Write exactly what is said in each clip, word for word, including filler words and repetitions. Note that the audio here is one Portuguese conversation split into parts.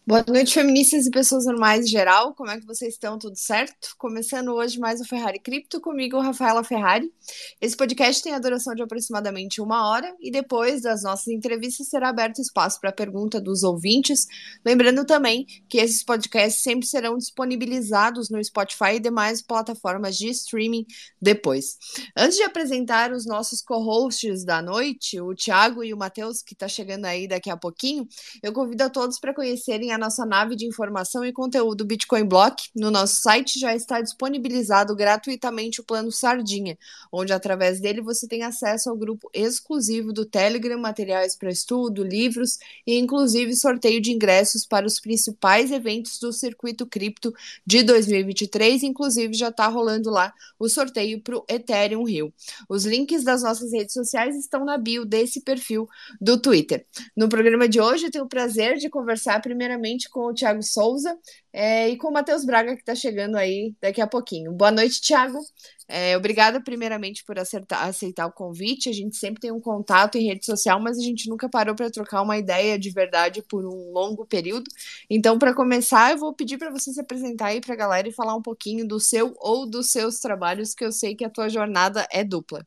Boa noite, feministas e pessoas normais em geral. Como é que vocês estão? Tudo certo? Começando hoje mais o Ferrari Cripto, comigo, Rafaela Ferrari. Esse podcast tem a duração de aproximadamente uma hora e depois das nossas entrevistas será aberto espaço para pergunta dos ouvintes. Lembrando também que esses podcasts sempre serão disponibilizados no Spotify e demais plataformas de streaming depois. Antes de apresentar os nossos co-hosts da noite, o Thiago e o Matheus, que está chegando aí daqui a pouquinho, eu convido a todos para conhecerem a nossa nave de informação e conteúdo Bitcoin Block. No nosso site já está disponibilizado gratuitamente o plano Sardinha, onde através dele você tem acesso ao grupo exclusivo do Telegram, materiais para estudo, livros e inclusive sorteio de ingressos para os principais eventos do circuito cripto de dois mil e vinte e três. Inclusive já está rolando lá o sorteio para o Ethereum Rio. Os links das nossas redes sociais estão na bio desse perfil do Twitter. No programa de hoje eu tenho o prazer de conversar primeiramente com o Thiago Souza é, e com o Matheus Braga, que está chegando aí daqui a pouquinho. Boa noite, Thiago. É, obrigada primeiramente por acertar, aceitar o convite. A gente sempre tem um contato em rede social, mas a gente nunca parou para trocar uma ideia de verdade por um longo período. Então, para começar, eu vou pedir para você se apresentar aí para a galera e falar um pouquinho do seu ou dos seus trabalhos, que eu sei que a tua jornada é dupla.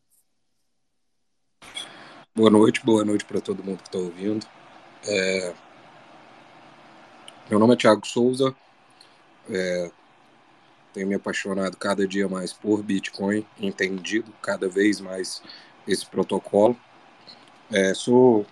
Boa noite, boa noite para todo mundo que está ouvindo. É... Meu nome é Thiago Souza, é... tenho me apaixonado cada dia mais por Bitcoin, entendido cada vez mais esse protocolo. É... Sou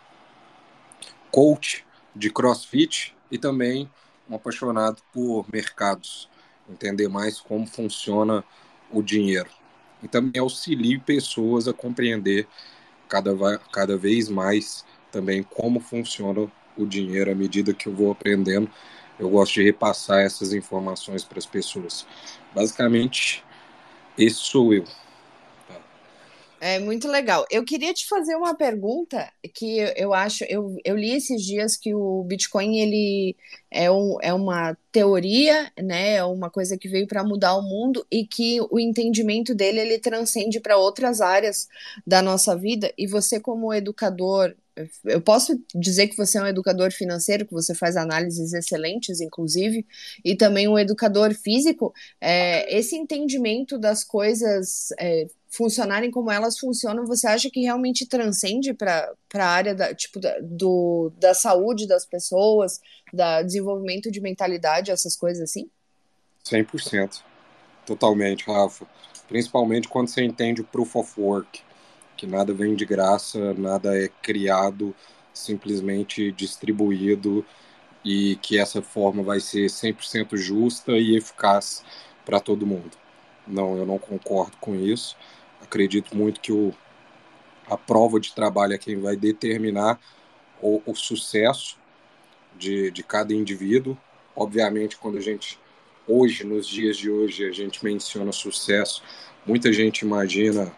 coach de CrossFit e também um apaixonado por mercados, entender mais como funciona o dinheiro. E também auxilio pessoas a compreender cada, cada vez mais também como funciona o dinheiro à medida que eu vou aprendendo. Eu gosto de repassar essas informações para as pessoas. Basicamente, esse sou eu. Tá? É muito legal. Eu queria te fazer uma pergunta que eu, eu acho, eu, eu li esses dias que o Bitcoin ele é, um, é uma teoria, né? É uma coisa que veio para mudar o mundo e que o entendimento dele ele transcende para outras áreas da nossa vida. E você, como educador, eu posso dizer que você é um educador financeiro, que você faz análises excelentes, inclusive, e também um educador físico. É, esse entendimento das coisas é, funcionarem como elas funcionam, você acha que realmente transcende para a área da, tipo, da, do, da saúde das pessoas, da desenvolvimento de mentalidade, essas coisas assim? cem por cento. Totalmente, Rafa. Principalmente quando você entende o Proof of Work, que nada vem de graça, nada é criado, simplesmente distribuído, e que essa forma vai ser cem por cento justa e eficaz para todo mundo. Não, eu não concordo com isso. Acredito muito que o, a prova de trabalho é quem vai determinar o, o sucesso de, de cada indivíduo. Obviamente, quando a gente, hoje, nos dias de hoje, a gente menciona sucesso, muita gente imagina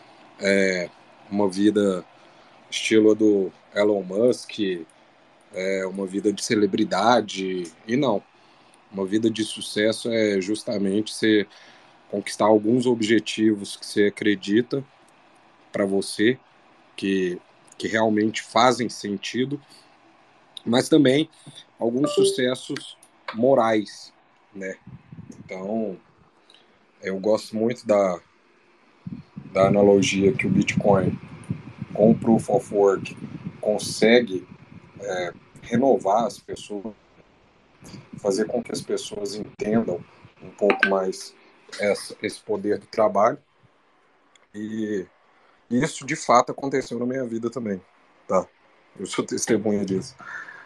é, uma vida estilo a do Elon Musk, é, uma vida de celebridade, e não. Uma vida de sucesso é justamente você conquistar alguns objetivos que você acredita para você, que, que realmente fazem sentido, mas também alguns sucessos morais, né? Então, eu gosto muito da, da analogia que o Bitcoin, com o Proof of Work, consegue é, renovar as pessoas, fazer com que as pessoas entendam um pouco mais essa, esse poder do trabalho. E isso, de fato, aconteceu na minha vida também, tá? Eu sou testemunha disso.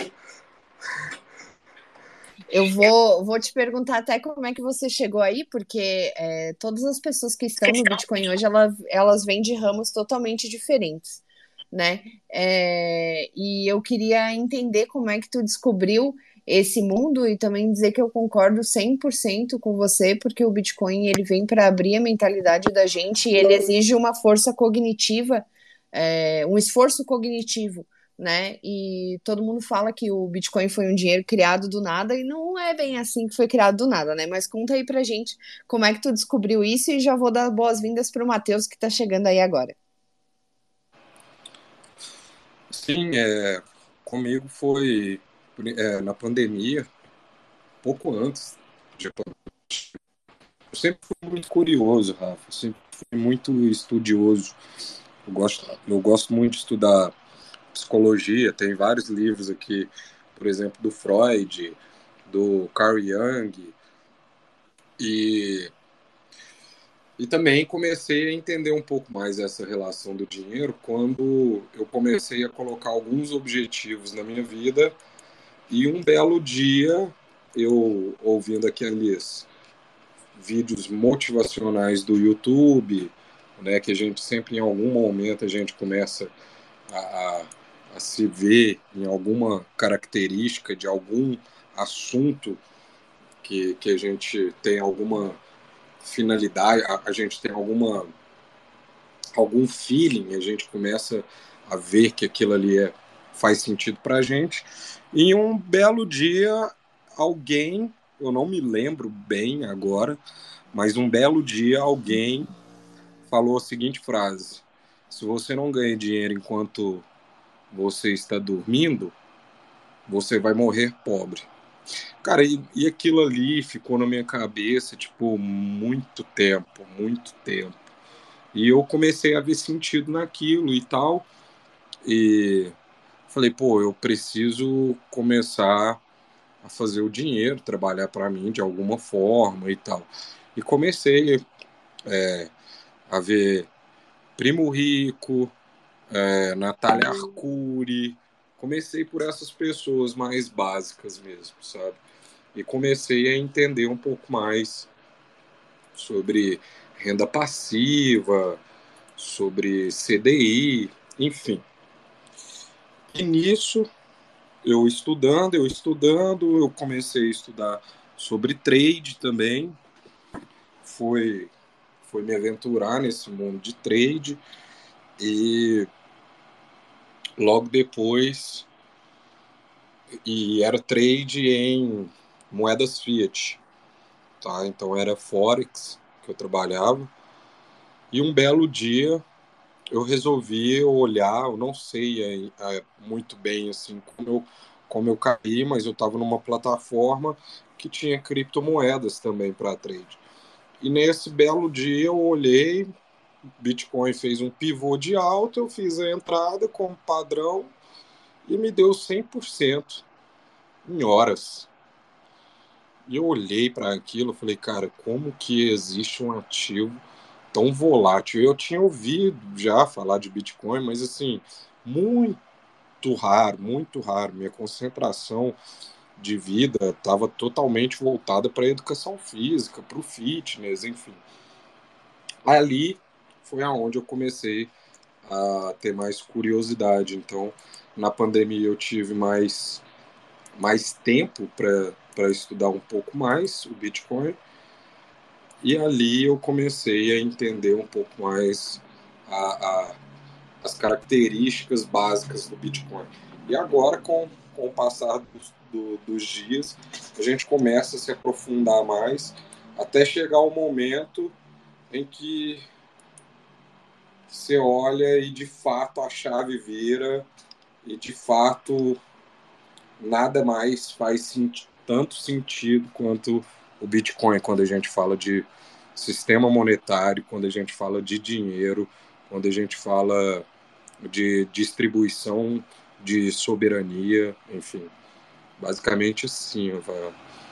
Eu vou, vou te perguntar até como é que você chegou aí, porque é, todas as pessoas que estão no Bitcoin hoje, ela, elas vêm de ramos totalmente diferentes, né? É, e eu queria entender como é que tu descobriu esse mundo e também dizer que eu concordo cem por cento com você, porque o Bitcoin ele vem para abrir a mentalidade da gente e ele exige uma força cognitiva, é, um esforço cognitivo, né? E todo mundo fala que o Bitcoin foi um dinheiro criado do nada e não é bem assim que foi criado do nada, né? Mas conta aí pra gente como é que tu descobriu isso e já vou dar boas-vindas pro Matheus que tá chegando aí agora. Sim, é, comigo foi é, na pandemia. pouco antes de eu sempre fui muito curioso, Rafa, sempre fui muito estudioso. Eu gosto, eu gosto muito de estudar psicologia, tem vários livros aqui, por exemplo, do Freud, do Carl Jung, e, e também comecei a entender um pouco mais essa relação do dinheiro quando eu comecei a colocar alguns objetivos na minha vida e um belo dia, eu ouvindo aqueles vídeos motivacionais do YouTube, né, que a gente sempre em algum momento a gente começa a, a, a se ver em alguma característica de algum assunto que, que a gente tem alguma finalidade, a, a gente tem alguma algum feeling, a gente começa a ver que aquilo ali é, faz sentido para a gente. E um belo dia, alguém, eu não me lembro bem agora, mas um belo dia alguém falou a seguinte frase: se você não ganha dinheiro enquanto você está dormindo, você vai morrer pobre. Cara, e, e aquilo ali ficou na minha cabeça, tipo, muito tempo, muito tempo. E eu comecei a ver sentido naquilo e tal. E falei, pô, eu preciso começar a fazer o dinheiro, trabalhar para mim de alguma forma e tal. E comecei é, a ver Primo Rico, é, Natália Arcuri. Comecei por essas pessoas mais básicas mesmo, sabe? E comecei a entender um pouco mais sobre renda passiva, sobre C D I, enfim. E nisso, eu estudando, eu estudando, eu comecei a estudar sobre trade também. Foi, foi me aventurar nesse mundo de trade e logo depois, e era trade em moedas fiat, tá? Então era Forex que eu trabalhava. E um belo dia eu resolvi olhar, eu não sei é, é, muito bem assim como eu, como eu caí, mas eu estava numa plataforma que tinha criptomoedas também para trade. E nesse belo dia eu olhei, Bitcoin fez um pivô de alta, eu fiz a entrada como padrão e me deu cem por cento em horas. E eu olhei para aquilo e falei, cara, como que existe um ativo tão volátil? Eu tinha ouvido já falar de Bitcoin, mas assim, muito raro, muito raro. Minha concentração de vida estava totalmente voltada para a educação física, para o fitness, enfim. Ali foi aonde eu comecei a ter mais curiosidade. Então, na pandemia eu tive mais, mais tempo para estudar um pouco mais o Bitcoin. E ali eu comecei a entender um pouco mais a, a, as características básicas do Bitcoin. E agora, com, com o passar dos, do, dos dias, a gente começa a se aprofundar mais até chegar o momento em que você olha e de fato a chave vira e de fato nada mais faz senti- tanto sentido quanto o Bitcoin quando a gente fala de sistema monetário, quando a gente fala de dinheiro, quando a gente fala de distribuição de soberania, enfim. Basicamente assim, Rafael.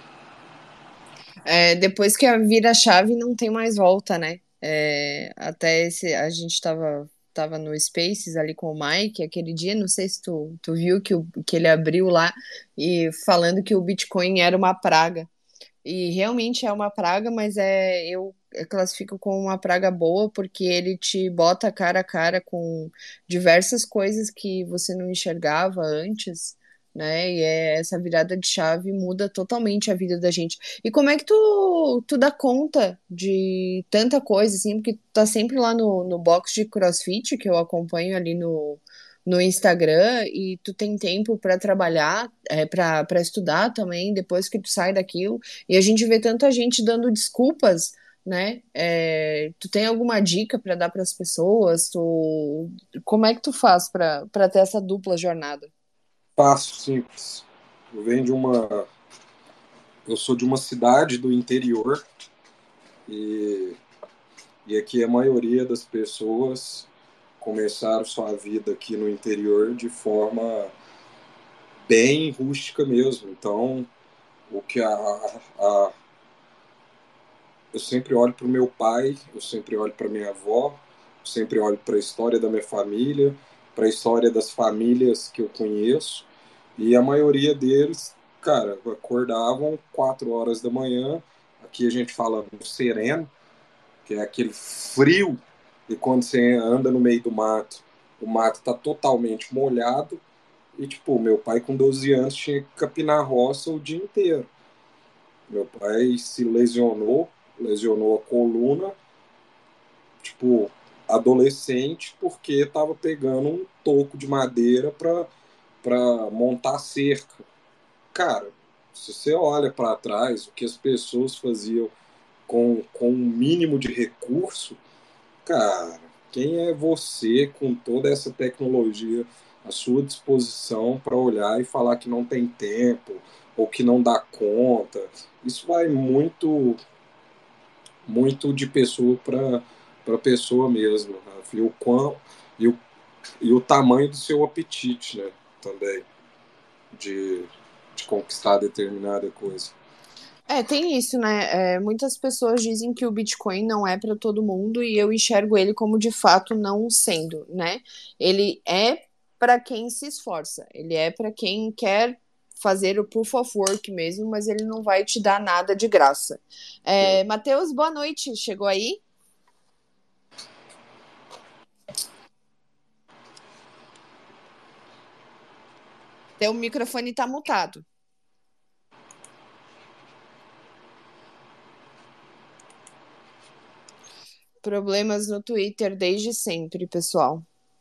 É, depois que a vira a chave, não tem mais volta, né? É, até esse, a gente tava, tava no Spaces ali com o Mike aquele dia, não sei se tu, tu viu que, o, que ele abriu lá e falando que o Bitcoin era uma praga. E realmente é uma praga, mas é eu classifico como uma praga boa porque ele te bota cara a cara com diversas coisas que você não enxergava antes, né? E é, essa virada de chave muda totalmente a vida da gente. E como é que tu, tu dá conta de tanta coisa, assim? Porque tu tá sempre lá no, no box de CrossFit, que eu acompanho ali no, no Instagram, e tu tem tempo para trabalhar, é, para para estudar também, depois que tu sai daquilo. E a gente vê tanta gente dando desculpas, né? É, tu tem alguma dica para dar para as pessoas? Tu, como é que tu faz para para ter essa dupla jornada? Passo simples. Vem de uma eu sou de uma cidade do interior e, e aqui a maioria das pessoas começaram sua vida aqui no interior de forma bem rústica mesmo. Então, o que a, a eu sempre olho para o meu pai, eu sempre olho para minha avó, eu sempre olho para a história da minha família, para a história das famílias que eu conheço, e a maioria deles, cara, acordavam quatro horas da manhã, aqui a gente fala no sereno, que é aquele frio, e quando você anda no meio do mato, o mato está totalmente molhado, e tipo, meu pai com doze anos tinha que capinar a roça o dia inteiro. Meu pai se lesionou, lesionou a coluna, tipo, adolescente, porque estava pegando um toco de madeira para para montar cerca. Cara, se você olha para trás, o que as pessoas faziam com, com um mínimo de recurso, cara, quem é você com toda essa tecnologia à sua disposição para olhar e falar que não tem tempo ou que não dá conta? Isso vai muito muito de pessoa para para pessoa mesmo, Rafa. E o quão e o, e o tamanho do seu apetite, né, também de, de conquistar determinada coisa. É, tem isso, né? É, muitas pessoas dizem que o Bitcoin não é para todo mundo e eu enxergo ele como de fato não sendo, né? Ele é para quem se esforça, ele é para quem quer fazer o proof of work mesmo, mas ele não vai te dar nada de graça. Sim. É, Matheus, boa noite. Chegou aí? Teu microfone tá mutado. Problemas no Twitter desde sempre, pessoal.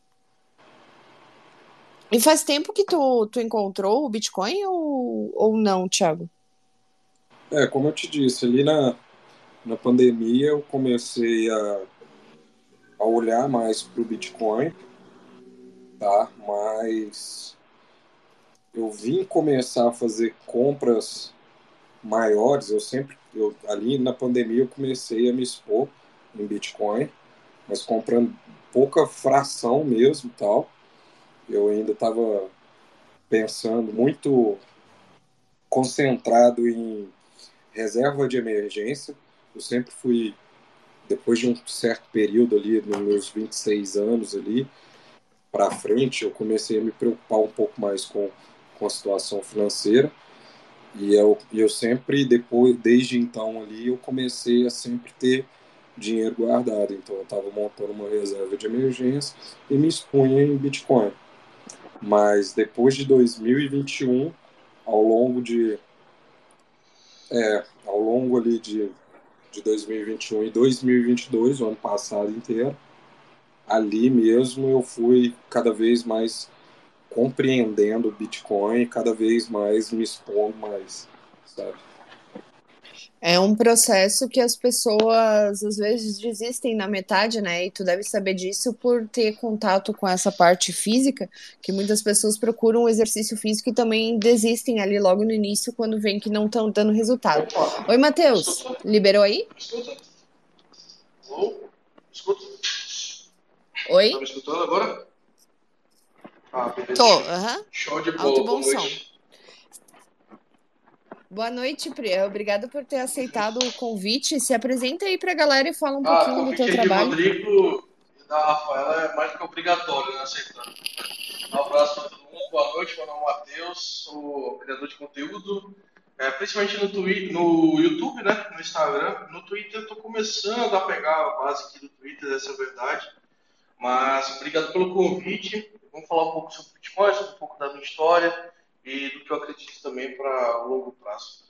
E faz tempo que tu, tu encontrou o Bitcoin ou, ou não, Thiago? É, como eu te disse, ali na, na pandemia eu comecei a, a olhar mais para o Bitcoin, tá? Mas eu vim começar a fazer compras maiores, eu sempre, eu, ali na pandemia eu comecei a me expor em Bitcoin, mas comprando pouca fração mesmo, tal. Eu ainda estava pensando muito concentrado em reserva de emergência. Eu sempre fui, depois de um certo período ali, nos meus vinte e seis anos ali para frente, eu comecei a me preocupar um pouco mais com, com a situação financeira. E eu, eu sempre, depois, desde então ali, eu comecei a sempre ter dinheiro guardado. Então eu estava montando uma reserva de emergência e me expunha em Bitcoin. Mas depois de dois mil e vinte e um, ao longo de é, ao longo ali de, de dois mil e vinte e um e dois mil e vinte e dois, o ano passado inteiro, ali mesmo eu fui cada vez mais compreendendo o Bitcoin, cada vez mais me expondo mais, sabe? É um processo que as pessoas às vezes desistem na metade, né? E tu deve saber disso por ter contato com essa parte física, que muitas pessoas procuram o exercício físico e também desistem ali logo no início quando veem que não estão dando resultado. Opa, Oi, Matheus, escuta? liberou aí? Escuta? Alô? Escuta? Tá me Oi? escutando agora? Ah, beleza. Tô, Show, aham. show de Alto e bola. bom Boa som. noite. Boa noite, Pri. Obrigada por ter aceitado o convite. Se apresenta aí pra galera e fala um Ah, pouquinho do teu convite de trabalho. Rodrigo e da Rafaela é mais do que obrigatório, né? Aceitando. Um abraço para todo mundo. Boa noite. Meu nome é Matheus. Sou criador de conteúdo, é, principalmente no, Twitter, no YouTube, né? No Instagram. No Twitter eu tô começando a pegar a base aqui do Twitter, essa é a verdade. Mas obrigado pelo convite. Vamos falar um pouco sobre o Bitcoin, sobre um pouco da minha história e do que eu acredito também para o longo prazo.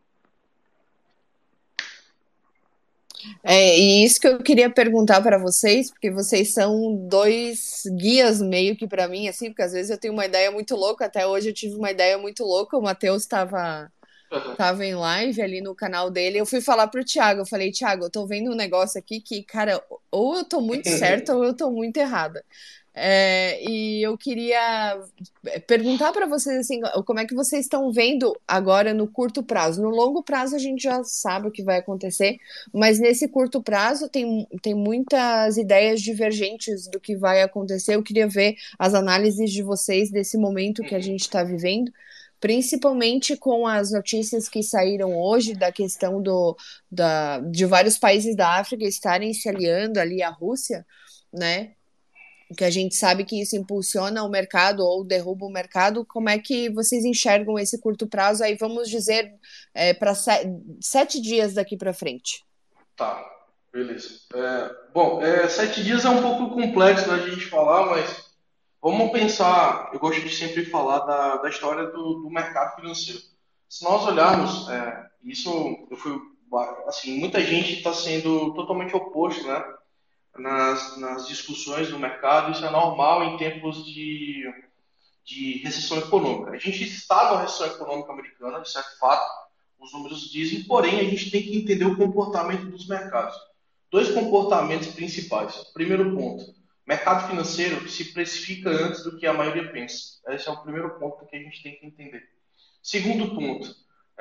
É, e isso que eu queria perguntar para vocês, porque vocês são dois guias meio que para mim, assim, porque às vezes eu tenho uma ideia muito louca, até hoje eu tive uma ideia muito louca, o Matheus estava tava em live ali no canal dele, eu fui falar pro Thiago, eu falei, Thiago, eu tô vendo um negócio aqui que, cara, ou eu tô muito certa ou eu tô muito errada. É, e eu queria perguntar para vocês assim, como é que vocês estão vendo agora no curto prazo? No longo prazo a gente já sabe o que vai acontecer, mas nesse curto prazo tem, tem muitas ideias divergentes do que vai acontecer. Eu queria ver as análises de vocês desse momento que a gente está vivendo, principalmente com as notícias que saíram hoje da questão do, da, de vários países da África estarem se aliando ali à Rússia, né? Que a gente sabe que isso impulsiona o mercado ou derruba o mercado. Como é que vocês enxergam esse curto prazo aí, vamos dizer, é, para sete dias daqui para frente? Tá, beleza. É, bom, é, sete dias é um pouco complexo da gente falar, mas vamos pensar. Eu gosto de sempre falar da, da história do, do mercado financeiro. Se nós olharmos, é, isso eu fui, assim, muita gente está sendo totalmente oposto, né? Nas, nas discussões do mercado, isso é normal em tempos de, de recessão econômica. A gente está numa recessão econômica americana, isso é fato, os números dizem, porém a gente tem que entender o comportamento dos mercados. Dois comportamentos principais. Primeiro ponto, mercado financeiro se precifica antes do que a maioria pensa. Esse é o primeiro ponto que a gente tem que entender. Segundo ponto,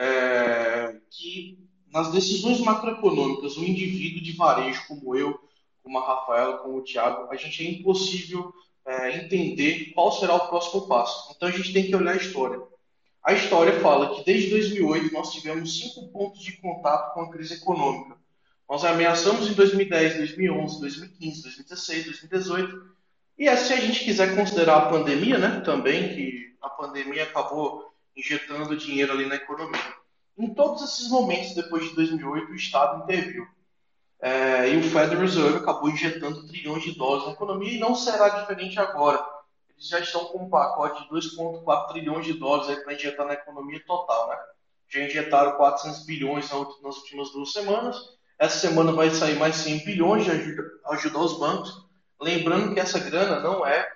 é, que nas decisões macroeconômicas, o indivíduo de varejo como eu, como a Rafaela, como o Thiago, a gente é impossível é, entender qual será o próximo passo. Então a gente tem que olhar a história. A história fala que desde dois mil e oito nós tivemos cinco pontos de contato com a crise econômica. Nós ameaçamos em dois mil e dez, dois mil e onze, dois mil e quinze, dois mil e dezesseis, dois mil e dezoito. E se a gente quiser considerar a pandemia, né, também, que a pandemia acabou injetando dinheiro ali na economia. Em todos esses momentos, depois de dois mil e oito, o Estado interviu. É, e o Federal Reserve acabou injetando trilhões de dólares na economia e não será diferente agora. Eles já estão com um pacote de dois vírgula quatro trilhões de dólares para injetar na economia total, né? Já injetaram quatrocentos bilhões nas últimas duas semanas. Essa semana vai sair mais cem bilhões de ajuda, ajudar os bancos. Lembrando que essa grana não é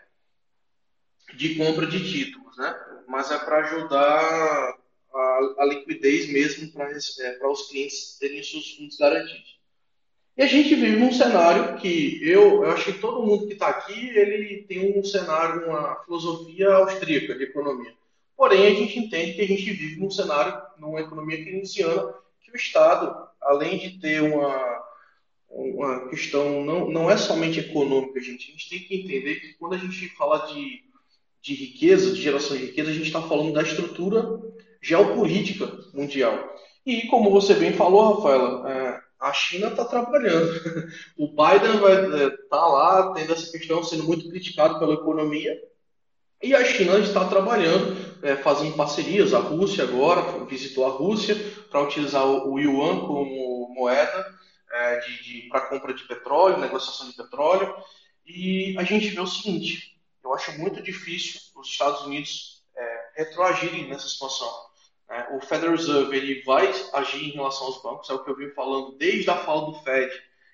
de compra de títulos, né? Mas é para ajudar a, a liquidez mesmo para é, os clientes terem seus fundos garantidos. E a gente vive num cenário que eu, eu acho que todo mundo que está aqui, ele tem um cenário, uma filosofia austríaca de economia. Porém, a gente entende que a gente vive num cenário, numa economia keynesiana, que o Estado, além de ter uma, uma questão, não, não é somente econômica, gente. A gente tem que entender que quando a gente fala de, de riqueza, de geração de riqueza, a gente está falando da estrutura geopolítica mundial. E, como você bem falou, Rafaela, é, a China está trabalhando. O Biden vai estar é, tá lá tendo essa questão sendo muito criticado pela economia. E a China está trabalhando, é, fazendo parcerias. A Rússia agora visitou a Rússia para utilizar o, o yuan como moeda é, para compra de petróleo, negociação de petróleo. E a gente vê o seguinte: eu acho muito difícil os Estados Unidos é, retroagirem nessa situação. O Federal Reserve ele vai agir em relação aos bancos, é o que eu venho falando desde a fala do Fed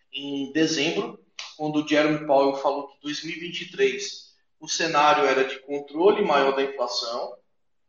em dezembro, quando o Jerome Powell falou que em dois mil e vinte e três o cenário era de controle maior da inflação,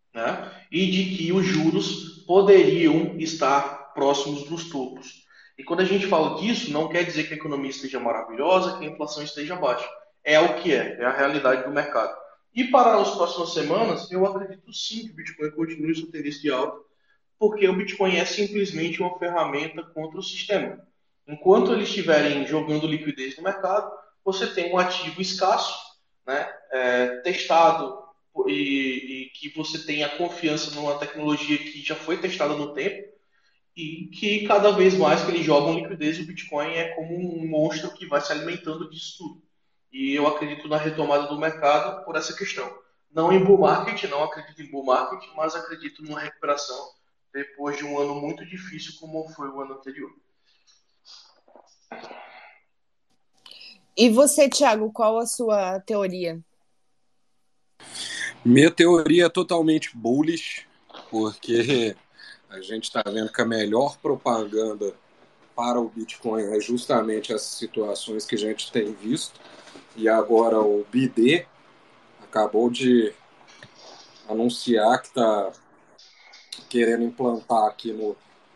né, e de que os juros poderiam estar próximos dos topos. E quando a gente fala disso, não quer dizer que a economia esteja maravilhosa, que a inflação esteja baixa. É o que é, é a realidade do mercado. E para as próximas semanas, eu acredito sim que o Bitcoin continue sua tendência de alta, porque o Bitcoin é simplesmente uma ferramenta contra o sistema. Enquanto eles estiverem jogando liquidez no mercado, você tem um ativo escasso, né, é, testado e, e que você tem a confiança numa tecnologia que já foi testada no tempo e que cada vez mais que eles jogam liquidez, o Bitcoin é como um monstro que vai se alimentando disso tudo. E eu acredito na retomada do mercado por essa questão. Não em bull market, não acredito em bull market, mas acredito numa recuperação depois de um ano muito difícil como foi o ano anterior. E você, Thiago, qual a sua teoria? Minha teoria é totalmente bullish, porque a gente está vendo que a melhor propaganda para o Bitcoin é justamente essas situações que a gente tem visto. E agora o B D acabou de anunciar que está querendo implantar aqui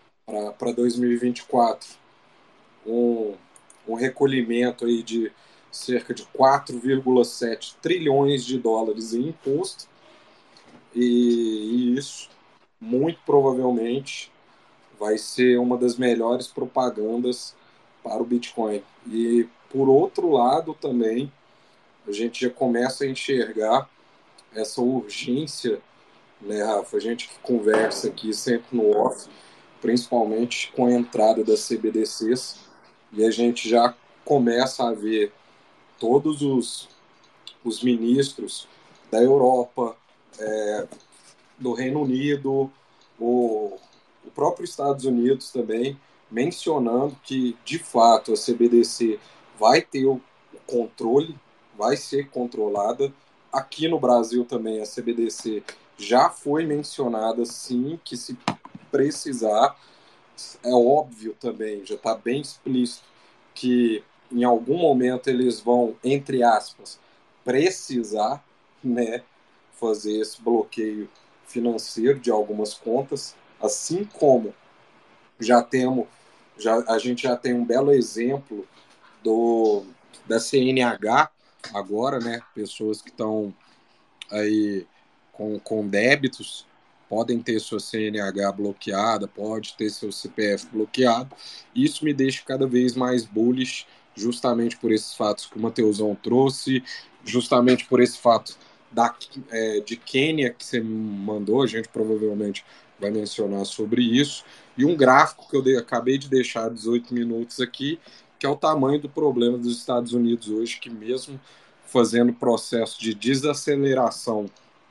para dois mil e vinte e quatro um, um recolhimento aí de cerca de quatro vírgula sete trilhões de dólares em imposto, e, e isso, muito provavelmente, vai ser uma das melhores propagandas para o Bitcoin. E, por outro lado, também, a gente já começa a enxergar essa urgência, né, Rafa? A gente que conversa aqui sempre no off, principalmente com a entrada das C B D Cs, e a gente já começa a ver todos os, os ministros da Europa, é, do Reino Unido, o, o próprio Estados Unidos também, mencionando que, de fato, a C B D C vai ter o controle, vai ser controlada. Aqui no Brasil também a C B D C já foi mencionada, sim, que se precisar, é óbvio também, já está bem explícito, que em algum momento eles vão, entre aspas, precisar, né, fazer esse bloqueio financeiro de algumas contas, assim como já temos, já, a gente já tem um belo exemplo do, da C N H agora, né, pessoas que estão aí com, com débitos podem ter sua C N H bloqueada, pode ter seu C P F bloqueado. Isso me deixa cada vez mais bullish, justamente por esses fatos que o Mateusão trouxe, justamente por esse fato da, é, de Quênia que você mandou, a gente provavelmente vai mencionar sobre isso, e um gráfico que eu de, acabei de deixar dezoito minutos aqui, que é o tamanho do problema dos Estados Unidos hoje, que mesmo fazendo processo de desaceleração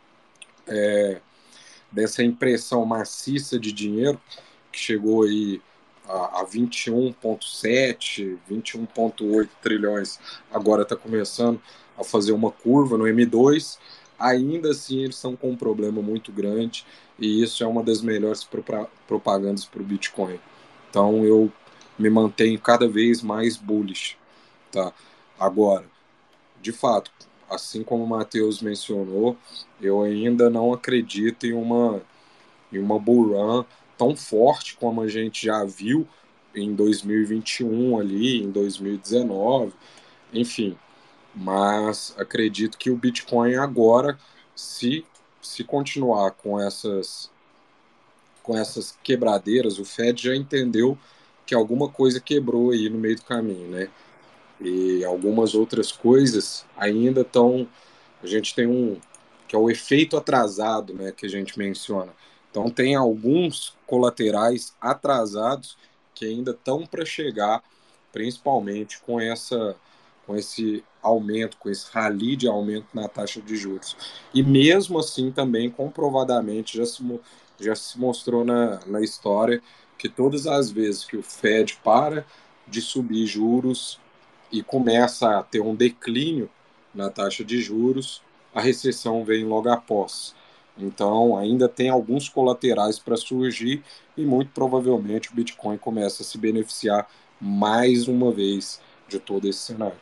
é, dessa impressão maciça de dinheiro, que chegou aí a, a vinte e um vírgula sete, vinte e um vírgula oito trilhões, agora está começando a fazer uma curva no M dois, ainda assim eles estão com um problema muito grande, e isso é uma das melhores propagandas para o Bitcoin. Então eu me mantenho cada vez mais bullish. Tá? Agora, de fato, assim como o Matheus mencionou, eu ainda não acredito em uma, em uma bull run tão forte como a gente já viu em dois mil e vinte e um ali, em dois mil e dezenove, enfim. Mas acredito que o Bitcoin agora, se, se continuar com essas, com essas quebradeiras, o Fed já entendeu que alguma coisa quebrou aí no meio do caminho, né? E algumas outras coisas ainda estão. A gente tem um. Que é o efeito atrasado, né? Que a gente menciona. Então, tem alguns colaterais atrasados que ainda estão para chegar, principalmente com, essa, com esse aumento, com esse rally de aumento na taxa de juros. E mesmo assim, também, comprovadamente, já se, já se mostrou na, na história que todas as vezes que o Fed para de subir juros e começa a ter um declínio na taxa de juros, a recessão vem logo após. Então, ainda tem alguns colaterais para surgir e muito provavelmente o Bitcoin começa a se beneficiar mais uma vez de todo esse cenário.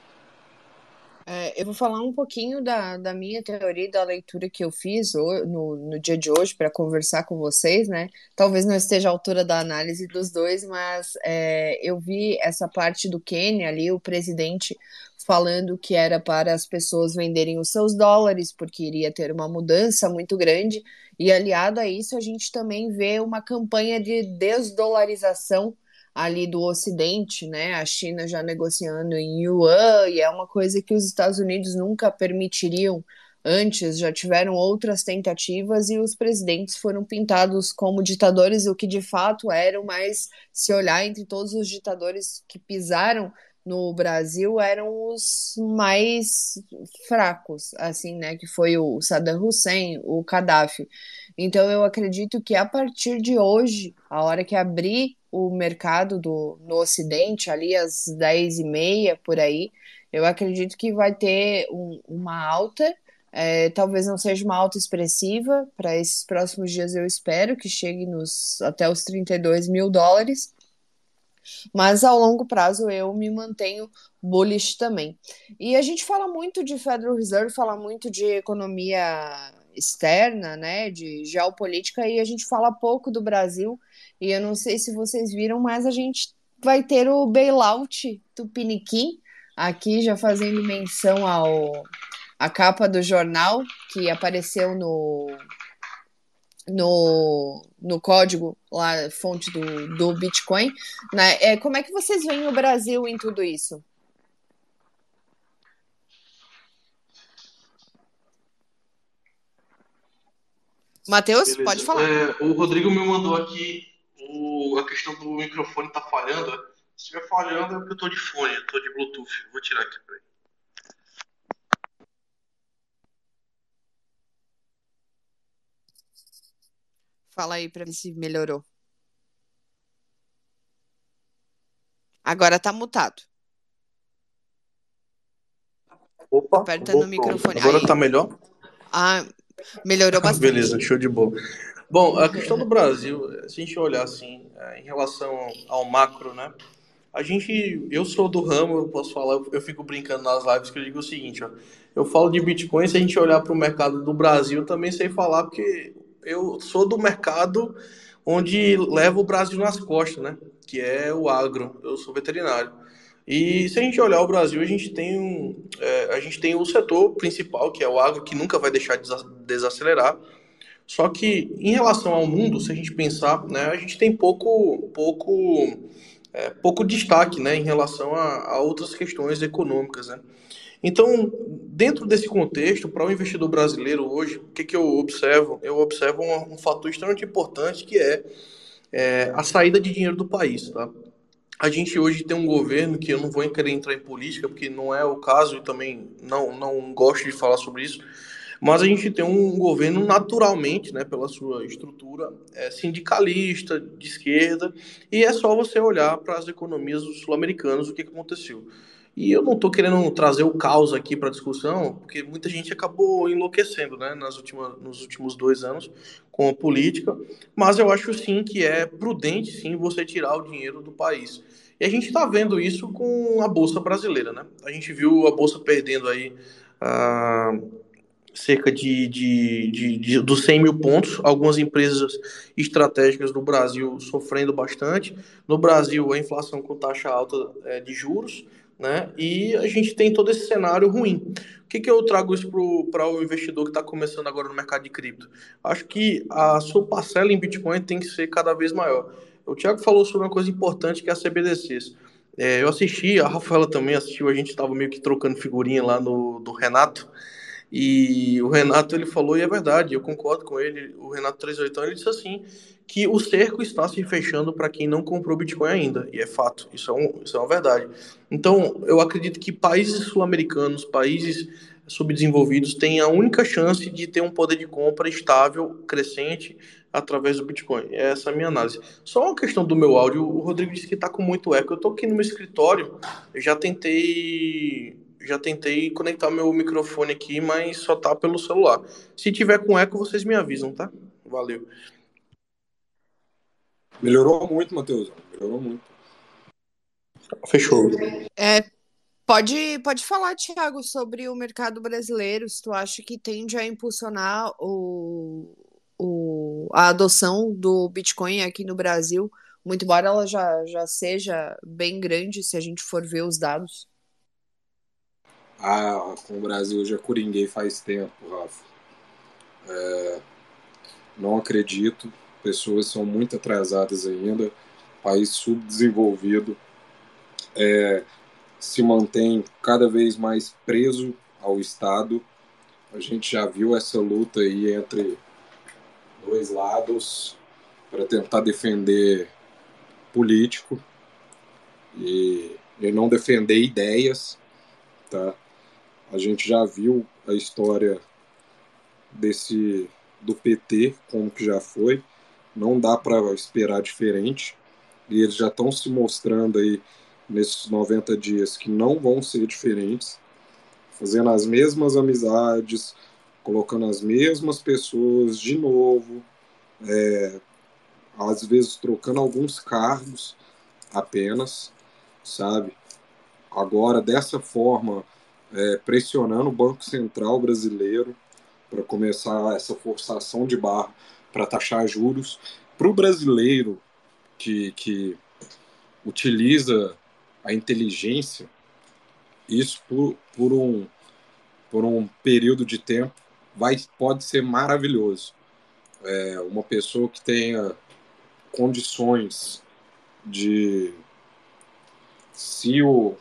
É, eu vou falar um pouquinho da, da minha teoria e da leitura que eu fiz ho- no, no dia de hoje para conversar com vocês, né? Talvez não esteja à altura da análise dos dois, mas é, eu vi essa parte do Quênia ali, o presidente falando que era para as pessoas venderem os seus dólares, porque iria ter uma mudança muito grande, e aliado a isso, a gente também vê uma campanha de desdolarização ali do Ocidente, né? A China já negociando em yuan, e é uma coisa que os Estados Unidos nunca permitiriam antes, já tiveram outras tentativas e os presidentes foram pintados como ditadores, o que de fato eram, mas se olhar entre todos os ditadores que pisaram no Brasil, eram os mais fracos, assim, né? Que foi o Saddam Hussein, o Gaddafi. Então eu acredito que a partir de hoje, a hora que abrir o mercado do, no Ocidente, ali às dez e meia por aí, eu acredito que vai ter um, uma alta, é, talvez não seja uma alta expressiva, para esses próximos dias eu espero que chegue nos, até os trinta e dois mil dólares, mas ao longo prazo eu me mantenho bullish também. E a gente fala muito de Federal Reserve, fala muito de economia externa, né, de geopolítica, e a gente fala pouco do Brasil, e eu não sei se vocês viram, mas a gente vai ter o bailout do Piniquim, Aqui já fazendo menção ao a capa do jornal que apareceu no, no, no código lá, fonte do, do Bitcoin, né? É, como é que vocês veem o Brasil em tudo isso? Matheus, pode Beleza. falar. É, o Rodrigo me mandou aqui o- a questão do microfone tá falhando. Se estiver falhando é porque eu tô de fone, eu tô de Bluetooth. Vou tirar aqui, peraí. Fala aí pra ver se melhorou. Agora tá mutado. Opa, Aperta no vou pronto. microfone. Agora Aí. tá melhor? Ah, melhorou Beleza, bastante. show de bola. Bom, a questão do Brasil, se a gente olhar assim, é, em relação ao macro, né? A gente, eu sou do ramo, eu posso falar, eu, eu fico brincando nas lives que eu digo o seguinte, ó. Eu falo de Bitcoin, se a gente olhar para o mercado do Brasil, eu também sei falar, porque eu sou do mercado onde leva o Brasil nas costas, né? Que é o agro. Eu sou veterinário. E se a gente olhar o Brasil, a gente tem um, é, a gente tem o setor principal, que é o agro, que nunca vai deixar de desacelerar. Só que em relação ao mundo, se a gente pensar, né, a gente tem pouco, pouco, é, pouco destaque, né, em relação a, a outras questões econômicas, né? Então, dentro desse contexto, para o investidor brasileiro hoje, o que, que eu observo? Eu observo um, um fator extremamente importante que é, é a saída de dinheiro do país, tá? A gente hoje tem um governo que eu não vou querer entrar em política, porque não é o caso e também não, não gosto de falar sobre isso, mas a gente tem um governo naturalmente, né, pela sua estrutura, é, sindicalista, de esquerda, e é só você olhar para as economias dos sul-americanos, o que, que aconteceu. E eu não estou querendo trazer o caos aqui para a discussão, porque muita gente acabou enlouquecendo, né, nas últimas, nos últimos dois anos com a política, mas eu acho sim que é prudente sim você tirar o dinheiro do país. E a gente está vendo isso com a Bolsa Brasileira, né? A gente viu a Bolsa perdendo aí ah, cerca de, de, de, de dos cem mil pontos, algumas empresas estratégicas do Brasil sofrendo bastante. No Brasil, a inflação com taxa alta é, de juros, né? E a gente tem todo esse cenário ruim. O que, que eu trago isso para o investidor que está começando agora no mercado de cripto? Acho que a sua parcela em Bitcoin tem que ser cada vez maior. O Thiago falou sobre uma coisa importante que é a C B D Cs. É, eu assisti, a Rafaela também assistiu, a gente estava meio que trocando figurinha lá no do Renato. E o Renato ele falou, e é verdade, eu concordo com ele, o Renato trezentos e oitenta, ele disse assim, que o cerco está se fechando para quem não comprou Bitcoin ainda, e é fato, isso é, um, isso é uma verdade. Então, eu acredito que países sul-americanos, países subdesenvolvidos, têm a única chance de ter um poder de compra estável, crescente, através do Bitcoin. Essa é a minha análise. Só uma questão do meu áudio, o Rodrigo disse que está com muito eco. Eu estou aqui no meu escritório, eu já tentei já tentei conectar meu microfone aqui, mas só tá pelo celular. Se tiver com eco, vocês me avisam, tá? Valeu. Melhorou muito, Matheus. Melhorou muito. Fechou. É, pode, pode falar, Thiago, sobre o mercado brasileiro, se tu acha que tende a impulsionar o, o, a adoção do Bitcoin aqui no Brasil, muito embora ela já, já seja bem grande, se a gente for ver os dados. Ah, com o Brasil eu já coringuei faz tempo, Rafa. É, não acredito. Pessoas são muito atrasadas ainda. País subdesenvolvido é, se mantém cada vez mais preso ao Estado. A gente já viu essa luta aí entre dois lados para tentar defender político e, e não defender ideias, tá? A gente já viu a história desse do P T, como que já foi, não dá para esperar diferente, e eles já estão se mostrando aí nesses noventa dias que não vão ser diferentes, fazendo as mesmas amizades, colocando as mesmas pessoas de novo, é, às vezes trocando alguns cargos apenas, sabe? Agora, dessa forma, é, pressionando o Banco Central brasileiro para começar essa forçação de barra para taxar juros. Para o brasileiro que, que utiliza a inteligência, isso por, por, um, por um período de tempo vai, pode ser maravilhoso. É, uma pessoa que tenha condições de, se o,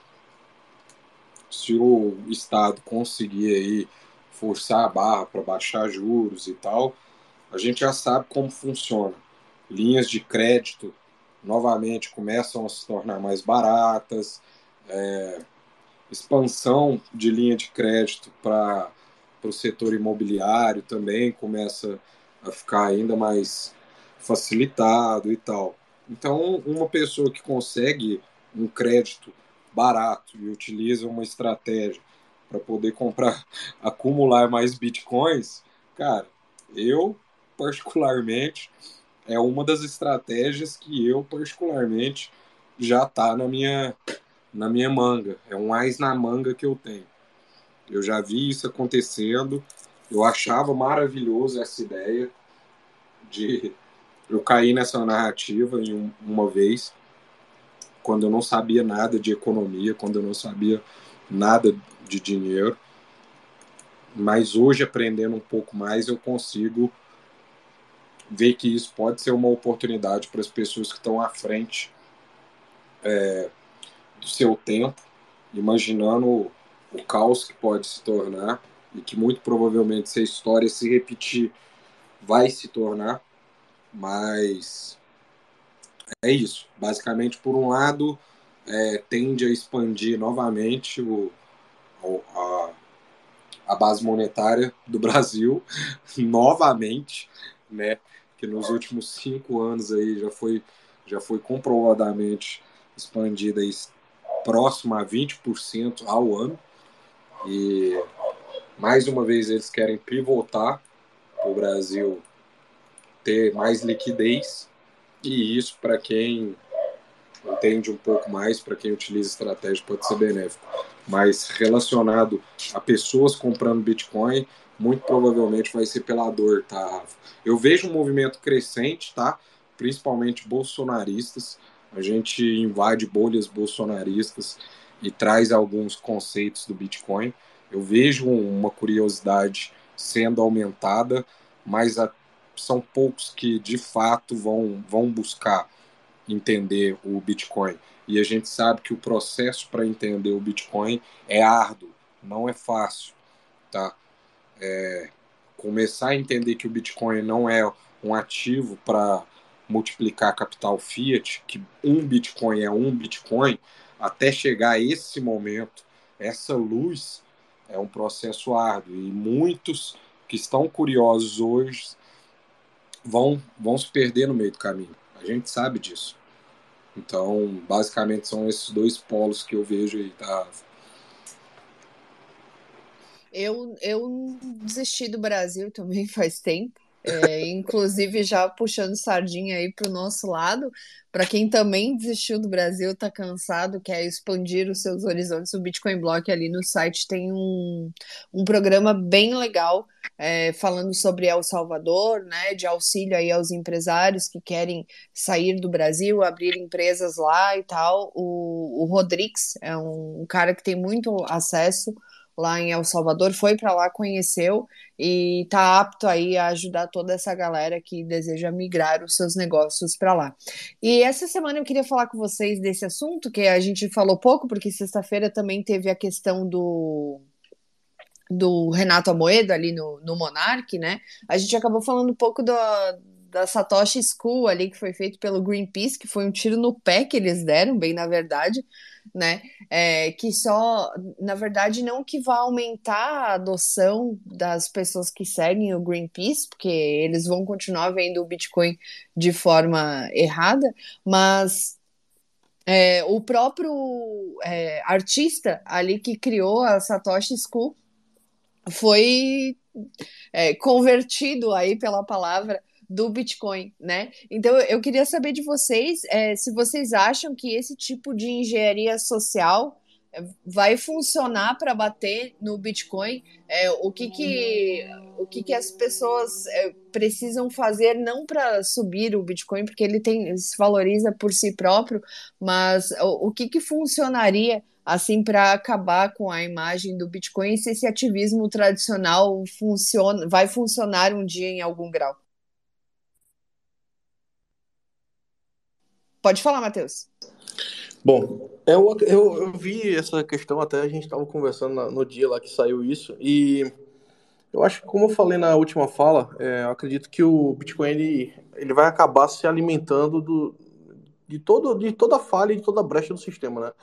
se o Estado conseguir aí forçar a barra para baixar juros e tal, a gente já sabe como funciona. Linhas de crédito novamente começam a se tornar mais baratas, é, expansão de linha de crédito para o setor imobiliário também começa a ficar ainda mais facilitado e tal. Então, uma pessoa que consegue um crédito barato e utiliza uma estratégia para poder comprar, acumular mais bitcoins, cara, eu particularmente é uma das estratégias que eu particularmente já tá na minha na minha manga, é um ás na manga que eu tenho. Eu já vi isso acontecendo, eu achava maravilhoso essa ideia de eu cair nessa narrativa em um, uma vez, quando eu não sabia nada de economia, quando eu não sabia nada de dinheiro, mas hoje aprendendo um pouco mais eu consigo ver que isso pode ser uma oportunidade para as pessoas que estão à frente é, do seu tempo, imaginando o, o caos que pode se tornar e que muito provavelmente, se a história se repetir, vai se tornar. Mas é isso. Basicamente, por um lado, é, tende a expandir novamente o, a, a base monetária do Brasil, novamente, né? Que nos últimos cinco anos aí já foi, já foi comprovadamente expandida aí próximo a vinte por cento ao ano. E mais uma vez eles querem pivotar para o Brasil ter mais liquidez, e isso, para quem entende um pouco mais, para quem utiliza estratégia, pode ser benéfico. Mas relacionado a pessoas comprando Bitcoin, muito provavelmente vai ser pela dor, tá, Rafa? Eu vejo um movimento crescente, tá? Principalmente bolsonaristas. A gente invade bolhas bolsonaristas e traz alguns conceitos do Bitcoin. Eu vejo uma curiosidade sendo aumentada, mas a, são poucos que de fato vão, vão buscar entender o Bitcoin. E a gente sabe que o processo para entender o Bitcoin é árduo, não é fácil, tá? É, começar a entender que o Bitcoin não é um ativo para multiplicar capital fiat, que um Bitcoin é um Bitcoin, até chegar a esse momento, essa luz, é um processo árduo. E muitos que estão curiosos hoje vão, vão se perder no meio do caminho. A gente sabe disso. Então, basicamente, são esses dois polos que eu vejo aí, tá? Eu, eu desisti do Brasil também faz tempo, é, inclusive já puxando sardinha aí para o nosso lado, para quem também desistiu do Brasil, está cansado, quer expandir os seus horizontes, o Bitcoin Block ali no site tem um, um programa bem legal, é, falando sobre El Salvador, né, de auxílio aí aos empresários que querem sair do Brasil, abrir empresas lá e tal. O, o Rodrigues é um, um cara que tem muito acesso lá em El Salvador, foi para lá, conheceu e está apto aí a ajudar toda essa galera que deseja migrar os seus negócios para lá. E essa semana eu queria falar com vocês desse assunto, que a gente falou pouco, porque sexta-feira também teve a questão do do Renato Amoedo ali no, no Monark, né? A gente acabou falando um pouco do, da Satoshi School ali, que foi feito pelo Greenpeace, que foi um tiro no pé que eles deram, bem na verdade, né? É, que só, na verdade, não que vá aumentar a adoção das pessoas que seguem o Greenpeace, porque eles vão continuar vendo o Bitcoin de forma errada, mas é, o próprio é, artista ali que criou a Satoshi School foi é, convertido aí pela palavra do Bitcoin, né? Então eu queria saber de vocês é, se vocês acham que esse tipo de engenharia social é, vai funcionar para bater no Bitcoin, é, o que que o que que as pessoas é, precisam fazer não para subir o Bitcoin, porque ele tem ele se valoriza por si próprio, mas o, o que que funcionaria assim, para acabar com a imagem do Bitcoin e se esse ativismo tradicional funciona, vai funcionar um dia em algum grau. Pode falar, Matheus. Bom, eu, eu, eu vi essa questão, até a gente estava conversando na- no dia lá que saiu isso, e eu acho que, como eu falei na última fala, é, eu acredito que o Bitcoin ele, ele vai acabar se alimentando do, de, todo, de toda a falha e de toda a brecha do sistema, né?